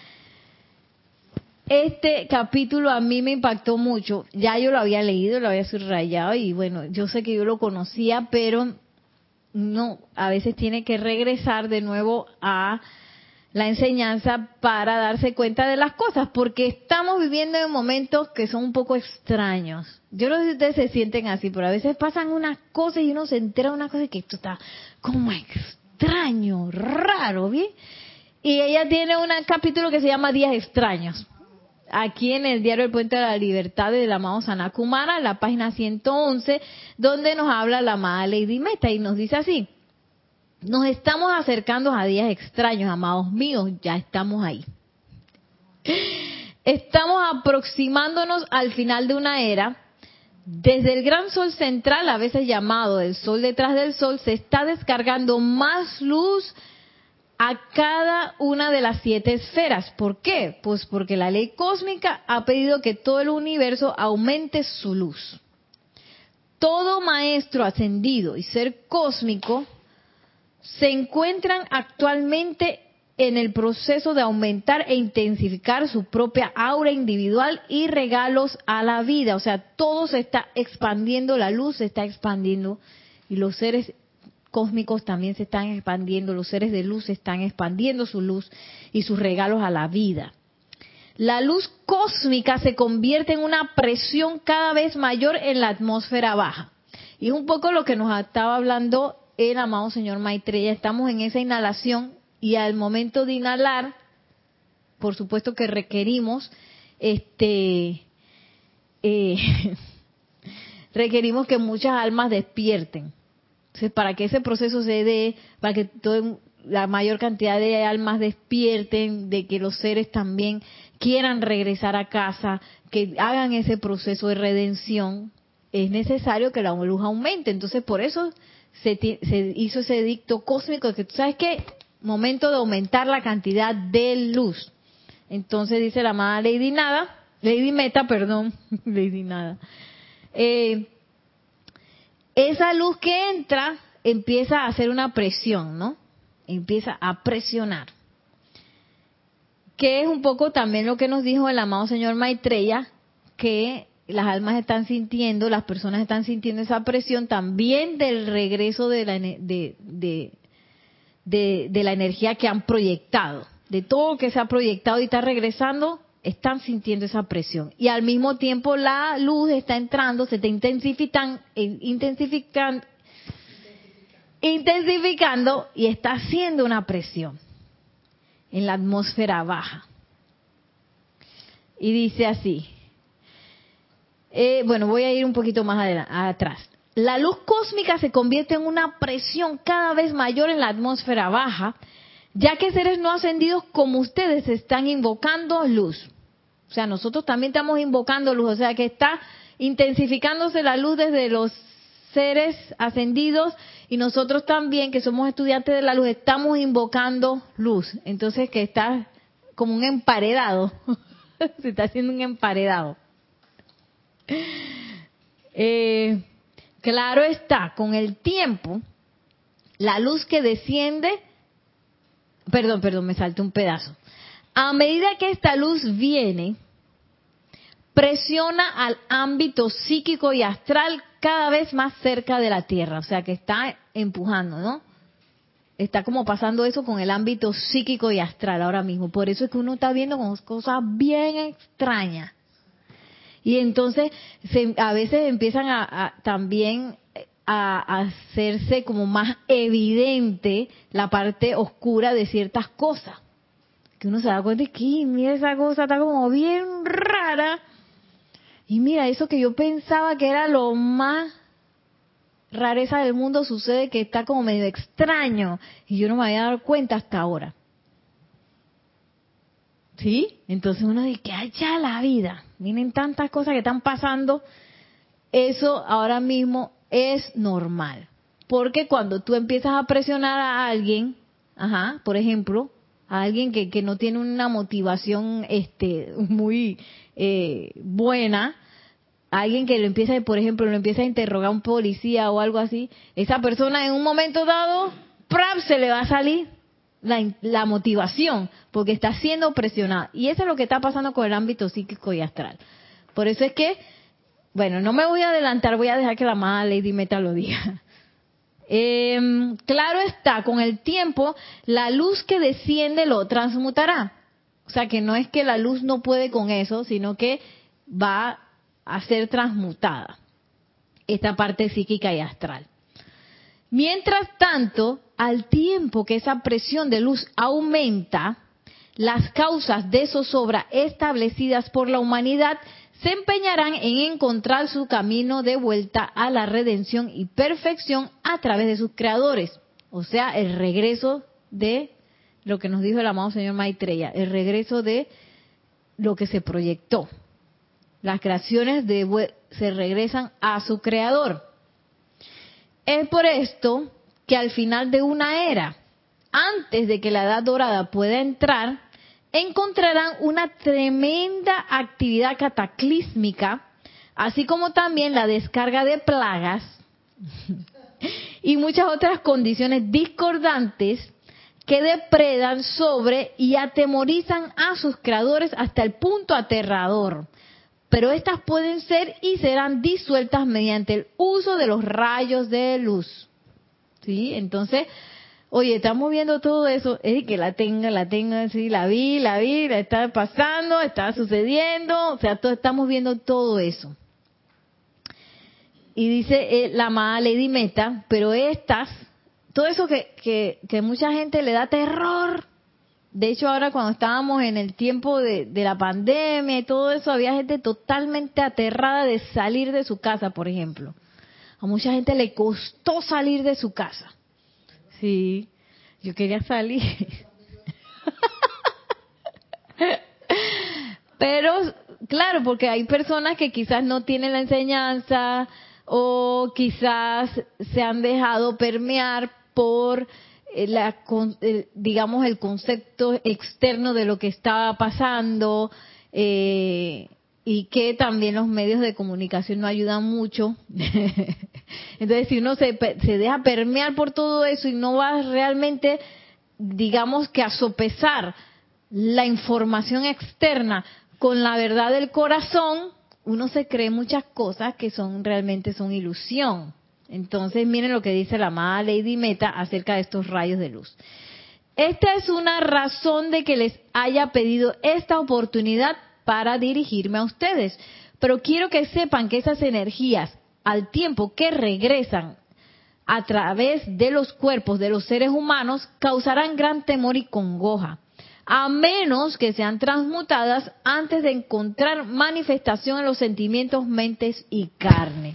este capítulo a mí me impactó mucho. Ya yo lo había leído, lo había subrayado y bueno, yo sé que yo lo conocía, pero no, a veces tiene que regresar de nuevo a la enseñanza para darse cuenta de las cosas, porque estamos viviendo en momentos que son un poco extraños. Yo no sé si ustedes se sienten así, pero a veces pasan unas cosas y uno se entera de una cosa y que esto está como extraño, raro, ¿bien? Y ella tiene un capítulo que se llama Días Extraños. Aquí en el diario El Puente de la Libertad del amado Sanat Kumara, la página ciento once, donde nos habla la amada Lady Meta y nos dice así: nos estamos acercando a días extraños, amados míos, ya estamos ahí. Estamos aproximándonos al final de una era. Desde el gran sol central, a veces llamado el sol detrás del sol, se está descargando más luz a cada una de las siete esferas. ¿Por qué? Pues porque la ley cósmica ha pedido que todo el universo aumente su luz. Todo maestro ascendido y ser cósmico se encuentran actualmente en el proceso de aumentar e intensificar su propia aura individual y regalos a la vida. O sea, todo se está expandiendo, la luz se está expandiendo y los seres cósmicos también se están expandiendo, los seres de luz se están expandiendo su luz y sus regalos a la vida. La luz cósmica se convierte en una presión cada vez mayor en la atmósfera baja. Y es un poco lo que nos estaba hablando el amado señor Maitreya. Estamos en esa inhalación y al momento de inhalar, por supuesto que requerimos, este, eh, requerimos que muchas almas despierten. Entonces, para que ese proceso se dé, para que todo, la mayor cantidad de almas despierten, de que los seres también quieran regresar a casa, que hagan ese proceso de redención, es necesario que la luz aumente. Entonces, por eso se, se hizo ese edicto cósmico, que tú sabes que momento de aumentar la cantidad de luz. Entonces dice la amada Lady Nada, Lady Meta, perdón, Lady Nada. Eh, esa luz que entra empieza a hacer una presión, ¿no? Empieza a presionar. Que es un poco también lo que nos dijo el amado señor Maitreya, que las almas están sintiendo, las personas están sintiendo esa presión también del regreso de la, de, de, de, de la energía que han proyectado. De todo lo que se ha proyectado y está regresando, están sintiendo esa presión. Y al mismo tiempo la luz está entrando, se está intensificando, intensificando, intensificando y está haciendo una presión en la atmósfera baja. Y dice así, eh, bueno, voy a ir un poquito más adelante, atrás. La luz cósmica se convierte en una presión cada vez mayor en la atmósfera baja, ya que seres no ascendidos como ustedes están invocando luz. O sea, nosotros también estamos invocando luz, o sea que está intensificándose la luz desde los seres ascendidos y nosotros también, que somos estudiantes de la luz, estamos invocando luz. Entonces que está como un emparedado, se está haciendo un emparedado. Eh, claro está, con el tiempo, la luz que desciende, perdón, perdón, me salté un pedazo. A medida que esta luz viene, presiona al ámbito psíquico y astral cada vez más cerca de la Tierra, o sea que está empujando, ¿no? Está como pasando eso con el ámbito psíquico y astral ahora mismo. Por eso es que uno está viendo cosas bien extrañas. Y entonces se, a veces empiezan a, a también a, a hacerse como más evidente la parte oscura de ciertas cosas. Que uno se da cuenta de que, mira, esa cosa está como bien rara. Y mira, eso que yo pensaba que era lo más rareza del mundo sucede que está como medio extraño. Y yo no me había dado cuenta hasta ahora. ¿Sí? Entonces uno dice que allá la vida. Miren tantas cosas que están pasando. Eso ahora mismo es normal. porque cuando tú empiezas a presionar a alguien, ajá, por ejemplo, a alguien que, que no tiene una motivación este muy eh, buena, a alguien que lo empieza, por ejemplo, lo empieza a interrogar a un policía o algo así, esa persona en un momento dado, ¡prap!, se le va a salir la, la motivación, porque está siendo presionada. Y eso es lo que está pasando con el ámbito psíquico y astral. Por eso es que, bueno, no me voy a adelantar, voy a dejar que la amada Lady Meta lo diga. Eh, claro está, con el tiempo, la luz que desciende lo transmutará. O sea, que no es que la luz no puede con eso, sino que va a ser transmutada, esta parte psíquica y astral. Mientras tanto, al tiempo que esa presión de luz aumenta, las causas de zozobra establecidas por la humanidad se empeñarán en encontrar su camino de vuelta a la redención y perfección a través de sus creadores. O sea, el regreso de lo que nos dijo el amado señor Maitreya, el regreso de lo que se proyectó. Las creaciones de, se regresan a su creador. Es por esto que al final de una era, antes de que la Edad Dorada pueda entrar, encontrarán una tremenda actividad cataclísmica, así como también la descarga de plagas y muchas otras condiciones discordantes que depredan sobre y atemorizan a sus creadores hasta el punto aterrador. Pero estas pueden ser y serán disueltas mediante el uso de los rayos de luz. ¿Sí? Entonces, oye, estamos viendo todo eso, es que la tenga, la tenga, sí, la vi, la vi, la está pasando, está sucediendo, o sea, todo, estamos viendo todo eso. Y dice eh, la amada Lady Meta, pero estas, todo eso que, que, que mucha gente le da terror. De hecho, ahora cuando estábamos en el tiempo de, de la pandemia y todo eso, había gente totalmente aterrada de salir de su casa, por ejemplo. A mucha gente le costó salir de su casa. Sí, yo quería salir. Pero, claro, porque hay personas que quizás no tienen la enseñanza o quizás se han dejado permear por la, digamos, el concepto externo de lo que estaba pasando, eh, y que también los medios de comunicación no ayudan mucho. Entonces, si uno se, se deja permear por todo eso y no va realmente, digamos, que a sopesar la información externa con la verdad del corazón, uno se cree muchas cosas que son realmente son ilusión. Entonces, miren lo que dice la amada Lady Meta acerca de estos rayos de luz. Esta es una razón de que les haya pedido esta oportunidad para dirigirme a ustedes. Pero quiero que sepan que esas energías, al tiempo que regresan a través de los cuerpos de los seres humanos, causarán gran temor y congoja, a menos que sean transmutadas antes de encontrar manifestación en los sentimientos, mentes y carne.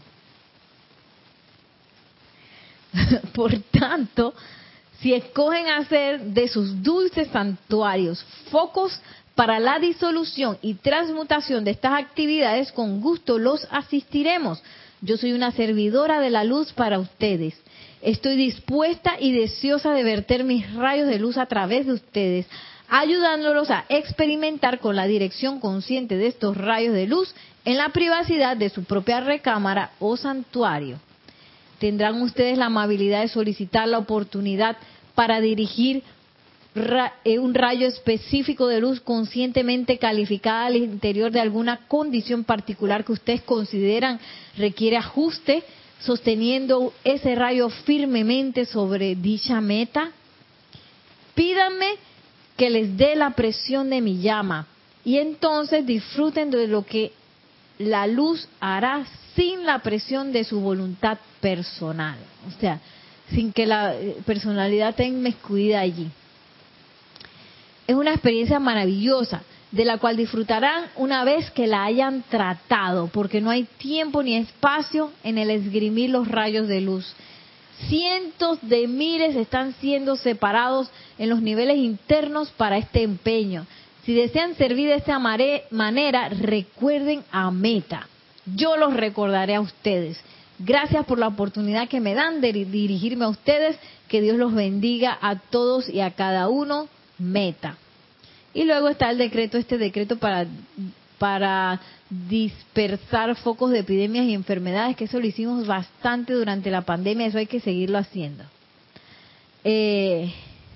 Por tanto, si escogen hacer de sus dulces santuarios focos para la disolución y transmutación de estas actividades, con gusto los asistiremos. Yo soy una servidora de la luz para ustedes. Estoy dispuesta y deseosa de verter mis rayos de luz a través de ustedes, ayudándolos a experimentar con la dirección consciente de estos rayos de luz en la privacidad de su propia recámara o santuario. Tendrán ustedes la amabilidad de solicitar la oportunidad para dirigir un rayo específico de luz conscientemente calificada al interior de alguna condición particular que ustedes consideran requiere ajuste, sosteniendo ese rayo firmemente sobre dicha meta. Pídanme que les dé la presión de mi llama y entonces disfruten de lo que la luz hará sin la presión de su voluntad personal, o sea, sin que la personalidad esté inmiscuida allí. Es una experiencia maravillosa, de la cual disfrutarán una vez que la hayan tratado, porque no hay tiempo ni espacio en el esgrimir los rayos de luz. Cientos de miles están siendo separados en los niveles internos para este empeño. Si desean servir de esta manera, recuerden a Meta. Yo los recordaré a ustedes. Gracias por la oportunidad que me dan de dirigirme a ustedes. Que Dios los bendiga a todos y a cada uno. Meta. Y luego está el decreto, este decreto para, para dispersar focos de epidemias y enfermedades, que eso lo hicimos bastante durante la pandemia, eso hay que seguirlo haciendo. Eh,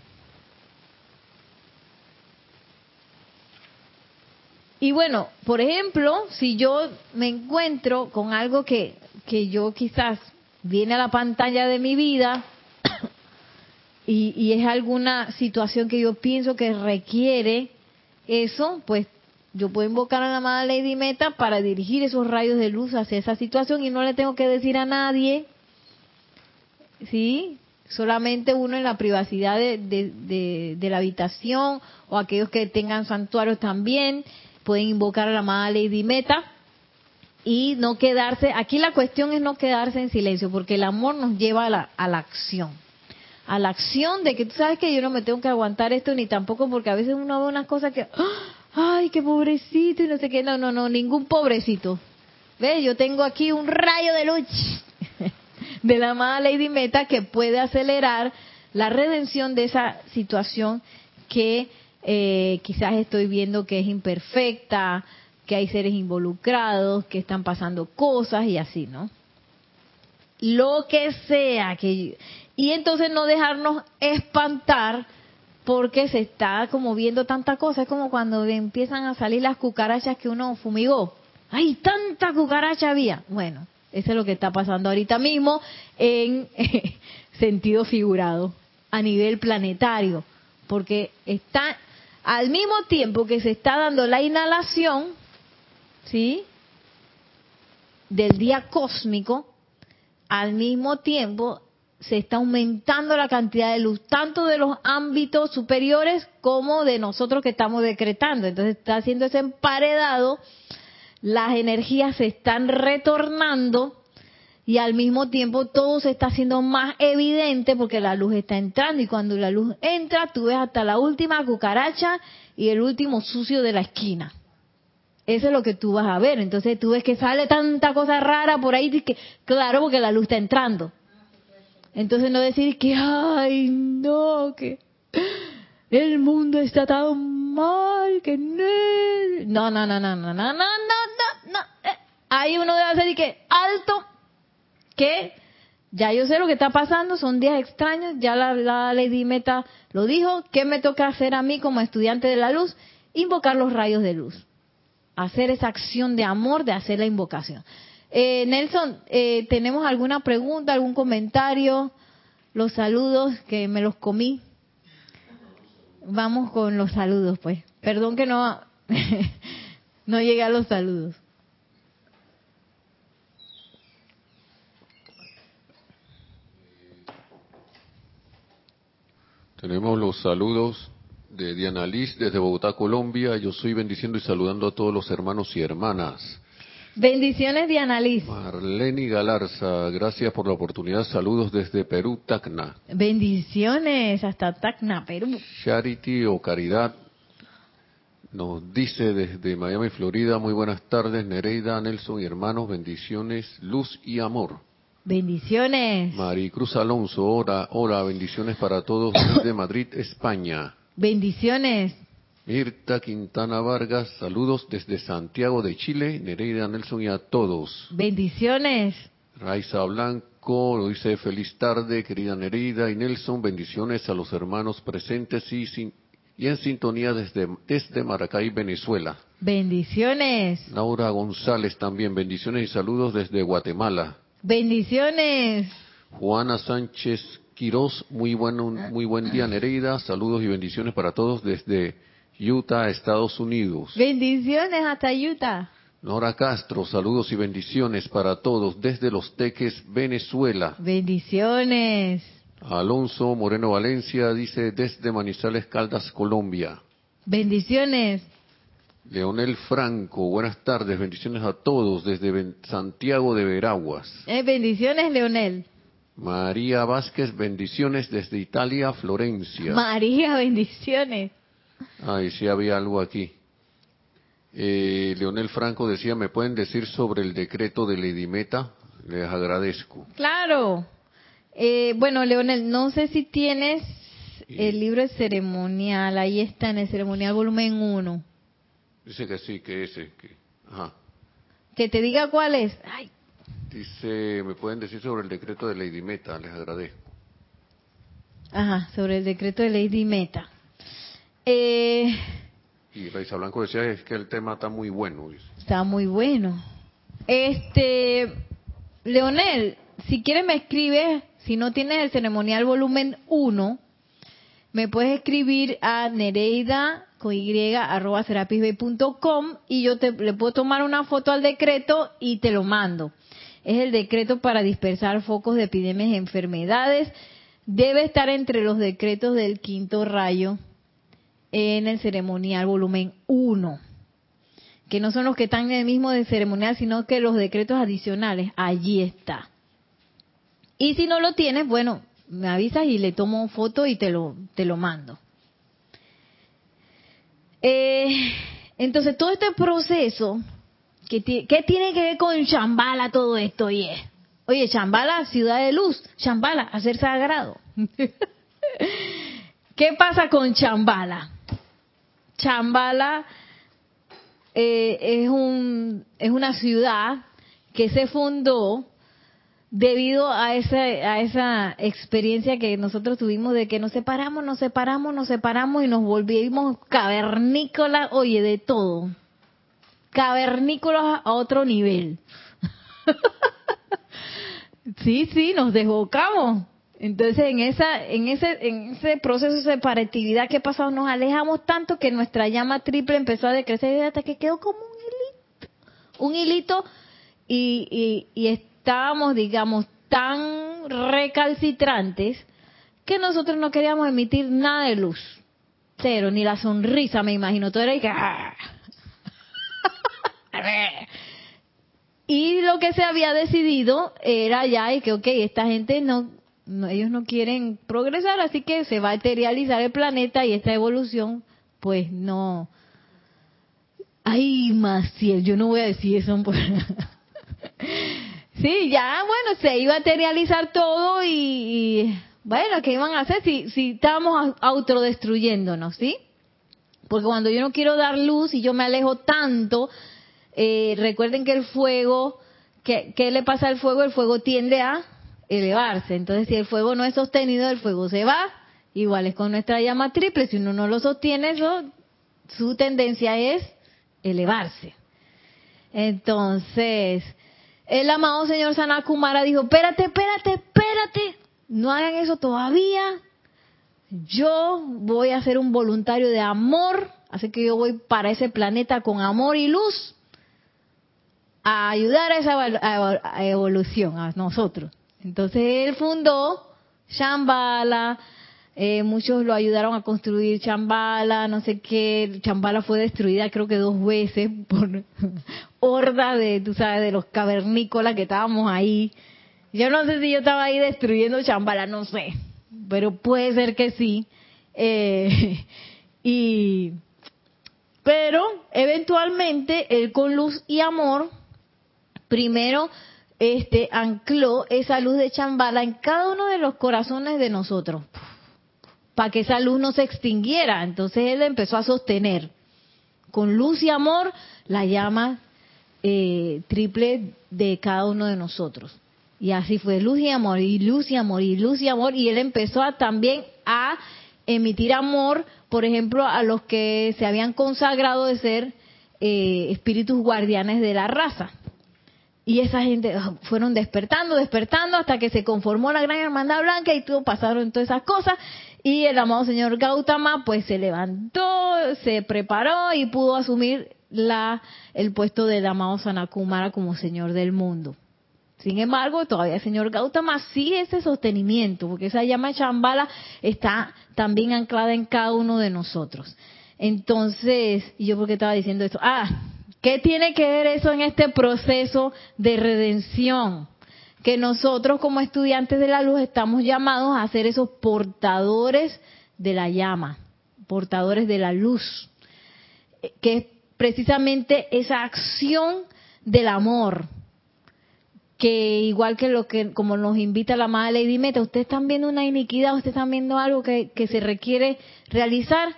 y bueno, por ejemplo, si yo me encuentro con algo que, que yo quizás viene a la pantalla de mi vida y, y es alguna situación que yo pienso que requiere eso, pues yo puedo invocar a la amada Lady Meta para dirigir esos rayos de luz hacia esa situación y no le tengo que decir a nadie, ¿sí? Solamente uno en la privacidad de, de, de, de la habitación, o aquellos que tengan santuarios también pueden invocar a la amada Lady Meta y no quedarse. Aquí la cuestión es no quedarse en silencio, porque el amor nos lleva a la, a la acción. A la acción de que tú sabes que yo no me tengo que aguantar esto, ni tampoco, porque a veces uno ve unas cosas que, ay, qué pobrecito, y no sé qué. No, no, no, ningún pobrecito. ¿Ves? Yo tengo aquí un rayo de luz de la amada Lady Meta que puede acelerar la redención de esa situación que eh, quizás estoy viendo que es imperfecta, que hay seres involucrados, que están pasando cosas y así, ¿no? Lo que sea que... Y entonces no dejarnos espantar porque se está como viendo tanta cosa. Es como cuando empiezan a salir las cucarachas que uno fumigó. ¡Ay, tanta cucaracha había! Bueno, eso es lo que está pasando ahorita mismo en eh, sentido figurado, a nivel planetario. Porque está, al mismo tiempo que se está dando la inhalación, ¿sí?, del día cósmico, al mismo tiempo se está aumentando la cantidad de luz, tanto de los ámbitos superiores como de nosotros que estamos decretando. Entonces está haciendo ese emparedado, las energías se están retornando y al mismo tiempo todo se está haciendo más evidente porque la luz está entrando, y cuando la luz entra tú ves hasta la última cucaracha y el último sucio de la esquina. Eso es lo que tú vas a ver. Entonces tú ves que sale tanta cosa rara por ahí, que, claro, porque la luz está entrando. Entonces no decir que, ay, no, que el mundo está tan mal, que no, no, no, no, no, no, no, no, no, no, no. Ahí uno debe hacer y que, alto, que ya yo sé lo que está pasando, son días extraños, ya la, la Lady Meta lo dijo. ¿Qué me toca hacer a mí como estudiante de la luz? Invocar los rayos de luz. Hacer esa acción de amor, de hacer la invocación. Eh, Nelson, eh, ¿tenemos alguna pregunta, algún comentario? Los saludos, que me los comí. Vamos con los saludos, pues. Perdón que no, no llegué a los saludos. Tenemos los saludos de Diana Liz desde Bogotá, Colombia. Yo soy bendiciendo y saludando a todos los hermanos y hermanas. Bendiciones, Diana Liz. Marleni Galarza, gracias por la oportunidad. Saludos desde Perú, Tacna. Bendiciones hasta Tacna, Perú. Charity o Caridad nos dice desde Miami, Florida: muy buenas tardes, Nereida, Nelson y hermanos. Bendiciones, luz y amor. Bendiciones. Maricruz Alonso, hola, hola, bendiciones para todos desde Madrid, España. Bendiciones. Mirta Quintana Vargas, saludos desde Santiago de Chile, Nereida, Nelson y a todos. Bendiciones. Raiza Blanco lo dice: feliz tarde, querida Nereida y Nelson, bendiciones a los hermanos presentes y, sin, y en sintonía desde, desde Maracay, Venezuela. Bendiciones. Laura González también, bendiciones y saludos desde Guatemala. Bendiciones. Juana Sánchez Quirós, muy buen, muy buen día, Nereida, saludos y bendiciones para todos desde Utah, Estados Unidos. Bendiciones hasta Utah. Nora Castro, saludos y bendiciones para todos desde Los Teques, Venezuela. Bendiciones. Alonso Moreno Valencia dice desde Manizales, Caldas, Colombia. Bendiciones. Leonel Franco, buenas tardes, bendiciones a todos desde Santiago de Veraguas. Eh, bendiciones, Leonel. María Vázquez, bendiciones desde Italia, Florencia. María, bendiciones. Ay, sí había algo aquí. Eh, Leonel Franco decía: ¿me pueden decir sobre el decreto de Lady Meta? Les agradezco. Claro. Eh, bueno, Leonel, no sé si tienes el libro de ceremonial. Ahí está en el ceremonial volumen uno. Dice que sí, que ese. Que, ajá. Que te diga cuál es. Ay. Dice, me pueden decir sobre el decreto de Lady Meta, les agradezco. Ajá, sobre el decreto de Lady Meta. Eh, y Raiza Blanco decía es que el tema está muy bueno. Dice. Está muy bueno. Este, Leonel, si quieres me escribes, si no tienes el ceremonial volumen uno, me puedes escribir a nereida con y arroba serapisbay punto com y yo te le puedo tomar una foto al decreto y te lo mando. Es el decreto para dispersar focos de epidemias y enfermedades. Debe estar entre los decretos del quinto rayo en el ceremonial volumen uno, que no son los que están en el mismo de ceremonial, sino que los decretos adicionales, allí está. Y si no lo tienes, bueno, me avisas y le tomo foto y te lo, te lo mando. Eh, entonces, todo este proceso, ¿qué, ¿qué tiene que ver con Shambhala todo esto? Oye, oye, Shambhala, ciudad de luz, Shambhala, hacer sagrado. ¿Qué pasa con Shambhala? Shambhala eh, es, un, es una ciudad que se fundó debido a esa, a esa experiencia que nosotros tuvimos de que nos separamos, nos separamos, nos separamos y nos volvimos cavernícolas, oye, de todo. Cavernícolas a otro nivel. Sí, sí, nos desbocamos. Entonces, en esa, en ese, en ese proceso de separatividad que ha pasado, nos alejamos tanto que nuestra llama triple empezó a decrecer hasta que quedó como un hilito, un hilito, y, y, y estábamos, digamos, tan recalcitrantes que nosotros no queríamos emitir nada de luz, cero, ni la sonrisa, me imagino, todo era y que y lo que se había decidido era ya y que, ok, esta gente no No, ellos no quieren progresar, así que se va a eterializar el planeta y esta evolución, pues no. Ay, Maciel, yo no voy a decir eso. Sí, ya, bueno, se iba a eterializar todo y, y bueno, ¿qué iban a hacer si, si estábamos autodestruyéndonos, sí? Porque cuando yo no quiero dar luz y yo me alejo tanto, eh, recuerden que el fuego, ¿qué, ¿qué le pasa al fuego? El fuego tiende a elevarse. Entonces, si el fuego no es sostenido, el fuego se va. Igual es con nuestra llama triple. Si uno no lo sostiene, eso, su tendencia es elevarse. Entonces, el amado señor Sanat Kumara dijo, espérate, espérate, espérate, no hagan eso todavía. Yo voy a ser un voluntario de amor, así que yo voy para ese planeta con amor y luz a ayudar a esa evolución, a nosotros. Entonces él fundó Shambhala, eh, muchos lo ayudaron a construir Shambhala, no sé qué. Shambhala fue destruida creo que dos veces por horda de, tú sabes, de los cavernícolas que estábamos ahí. Yo no sé si yo estaba ahí destruyendo Shambhala, no sé, pero puede ser que sí. Eh, y pero eventualmente él con luz y amor primero este ancló esa luz de Shambhala en cada uno de los corazones de nosotros para que esa luz no se extinguiera. Entonces él empezó a sostener con luz y amor la llama eh, triple de cada uno de nosotros. Y así fue, luz y amor, y luz y amor, y luz y amor. Y él empezó a, también a emitir amor, por ejemplo, a los que se habían consagrado de ser eh, espíritus guardianes de la raza. Y esa gente fueron despertando, despertando, hasta que se conformó la Gran Hermandad Blanca y todo, pasaron todas esas cosas. Y el amado señor Gautama pues se levantó, se preparó y pudo asumir la el puesto del amado Sanat Kumara como señor del mundo. Sin embargo, todavía el señor Gautama sigue ese sostenimiento, porque esa llama de Shambhala está también anclada en cada uno de nosotros. Entonces, ¿y yo por qué estaba diciendo esto? Ah, ¿qué tiene que ver eso en este proceso de redención? Que nosotros como estudiantes de la luz estamos llamados a ser esos portadores de la llama, portadores de la luz, que es precisamente esa acción del amor, que igual que lo que, como nos invita la amada Lady Meta, ustedes están viendo una iniquidad, ustedes están viendo algo que, que se requiere realizar,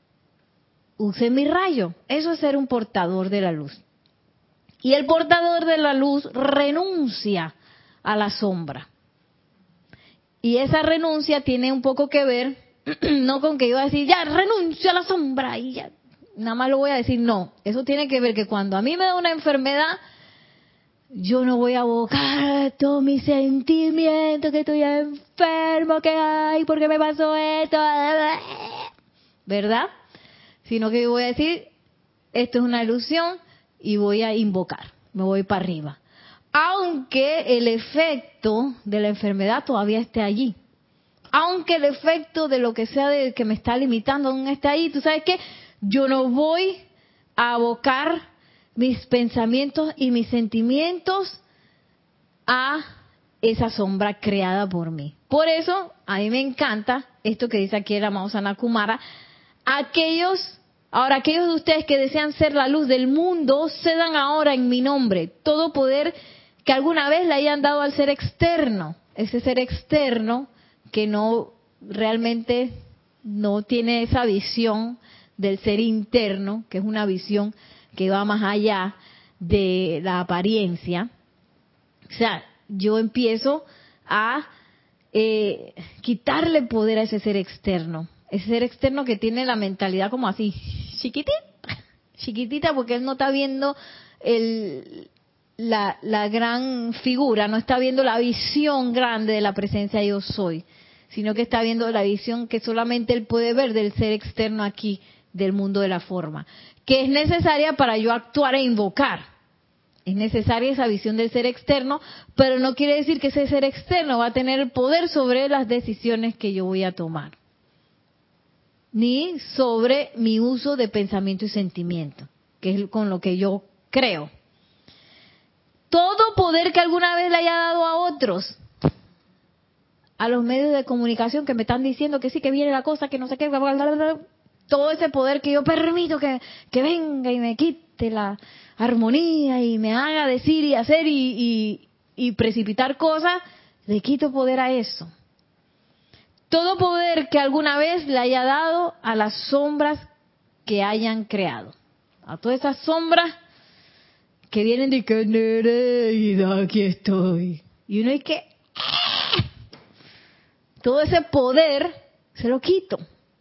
use mi rayo. Eso es ser un portador de la luz. Y el portador de la luz renuncia a la sombra. Y esa renuncia tiene un poco que ver, no con que yo voy a decir, ya renuncio a la sombra y ya, nada más lo voy a decir, no. Eso tiene que ver que cuando a mí me da una enfermedad, yo no voy a abocar todos mis sentimientos, que estoy enfermo, que ay, ¿por qué me pasó esto? ¿Verdad? Sino que voy a decir, esto es una ilusión y voy a invocar, me voy para arriba. Aunque el efecto de la enfermedad todavía esté allí. Aunque el efecto de lo que sea de que me está limitando aún esté ahí, ¿tú sabes qué? Yo no voy a abocar mis pensamientos y mis sentimientos a esa sombra creada por mí. Por eso, a mí me encanta esto que dice aquí el amado Sanakumara. Aquellos, ahora aquellos de ustedes que desean ser la luz del mundo, cedan ahora en mi nombre todo poder que alguna vez le hayan dado al ser externo. Ese ser externo que no realmente no tiene esa visión del ser interno, que es una visión que va más allá de la apariencia. O sea, yo empiezo a eh, quitarle poder a ese ser externo. Ese ser externo que tiene la mentalidad como así, chiquitita, chiquitita, porque él no está viendo el, la, la gran figura, no está viendo la visión grande de la presencia yo soy, sino que está viendo la visión que solamente él puede ver del ser externo aquí, del mundo de la forma, que es necesaria para yo actuar e invocar. Es necesaria esa visión del ser externo, pero no quiere decir que ese ser externo va a tener el poder sobre las decisiones que yo voy a tomar, ni sobre mi uso de pensamiento y sentimiento, que es con lo que yo creo. Todo poder que alguna vez le haya dado a otros, a los medios de comunicación que me están diciendo que sí, que viene la cosa, que no sé qué, bla, bla, bla, bla, todo ese poder que yo permito que, que venga y me quite la armonía y me haga decir y hacer y, y, y precipitar cosas, le quito poder a eso. Todo poder que alguna vez le haya dado a las sombras que hayan creado. A todas esas sombras que vienen de que Nereida, aquí estoy. Y uno es que todo ese poder se lo quito.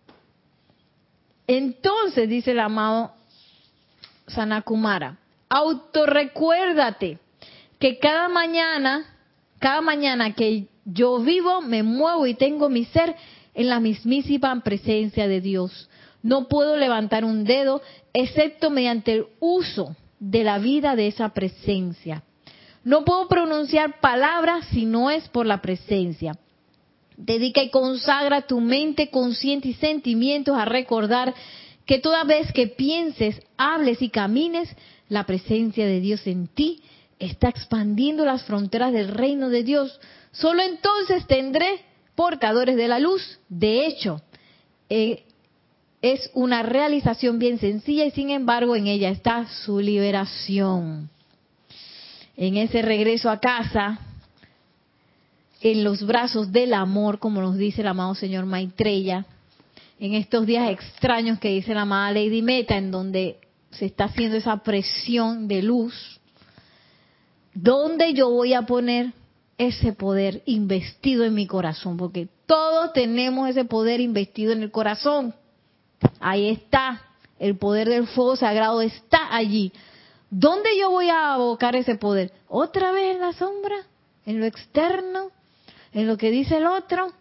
Entonces, dice el amado Sanakumara, autorrecuérdate que cada mañana, cada mañana que yo vivo, me muevo y tengo mi ser en la mismísima presencia de Dios. No puedo levantar un dedo excepto mediante el uso de la vida de esa presencia. No puedo pronunciar palabras si no es por la presencia. Dedica y consagra tu mente consciente y sentimientos a recordar que toda vez que pienses, hables y camines, la presencia de Dios en ti está expandiendo las fronteras del reino de Dios. Solo entonces tendré portadores de la luz. De hecho, eh, es una realización bien sencilla y sin embargo en ella está su liberación. En ese regreso a casa, en los brazos del amor, como nos dice el amado señor Maitreya, en estos días extraños que dice la amada Lady Meta, en donde se está haciendo esa presión de luz, ¿dónde yo voy a poner ese poder investido en mi corazón? Porque todos tenemos ese poder investido en el corazón. Ahí está, el poder del fuego sagrado está allí. ¿Dónde yo voy a abocar ese poder? ¿Otra vez en la sombra? ¿En lo externo? ¿En lo que dice el otro?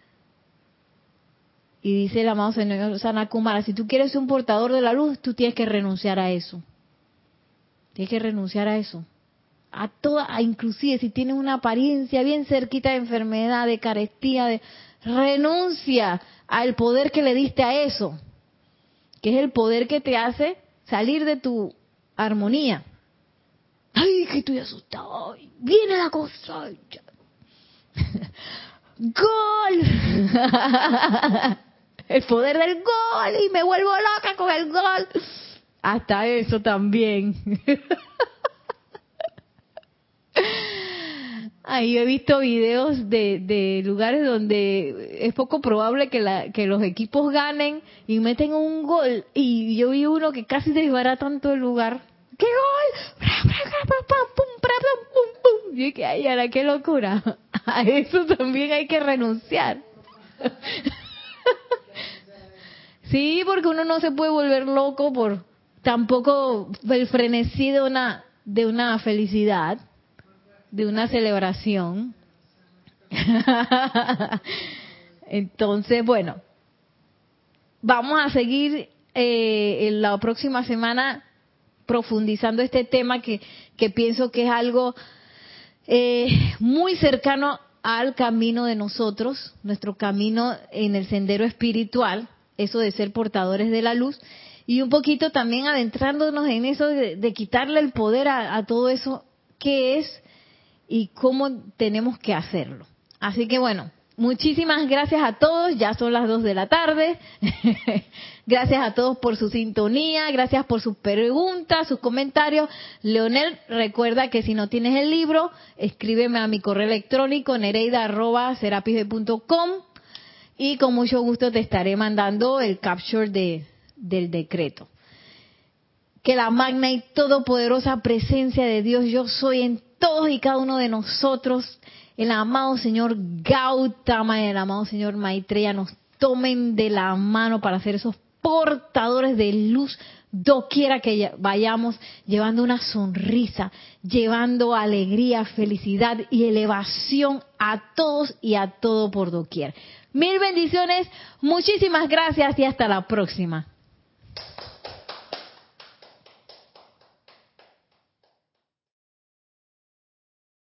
Y dice el amado señor Sanakumara, si tú quieres ser un portador de la luz, tú tienes que renunciar a eso. Tienes que renunciar a eso. A toda, a inclusive si tienes una apariencia bien cerquita de enfermedad, de carestía, de renuncia al poder que le diste a eso, que es el poder que te hace salir de tu armonía. Ay, que estoy asustado. Ay, viene la cosa. ¡Gol! El poder del gol y me vuelvo loca con el gol. Hasta eso también. Ay, yo he visto videos de, de lugares donde es poco probable que, la, que los equipos ganen y meten un gol. Y yo vi uno que casi desbarata tanto el lugar. ¡Qué gol! Y yo dije, ay, ahora qué locura. A eso también hay que renunciar. Sí, porque uno no se puede volver loco por tampoco el frenesí de una, de una felicidad, de una celebración. Entonces, bueno, vamos a seguir eh, en la próxima semana profundizando este tema que, que pienso que es algo eh, muy cercano al camino de nosotros, nuestro camino en el sendero espiritual, eso de ser portadores de la luz, y un poquito también adentrándonos en eso de, de quitarle el poder a, a todo eso que es y cómo tenemos que hacerlo. Así que bueno, muchísimas gracias a todos, ya son las dos de la tarde. Gracias a todos por su sintonía, gracias por sus preguntas, sus comentarios. Leonel, recuerda que si no tienes el libro, escríbeme a mi correo electrónico nereida arroba serapisbe punto com y con mucho gusto te estaré mandando el capture de, del decreto. Que la magna y todopoderosa presencia de Dios yo soy en todos y cada uno de nosotros, el amado Señor Gautama y el amado Señor Maitreya nos tomen de la mano para ser esos portadores de luz doquiera que vayamos, llevando una sonrisa, llevando alegría, felicidad y elevación a todos y a todo por doquier. Mil bendiciones, muchísimas gracias y hasta la próxima.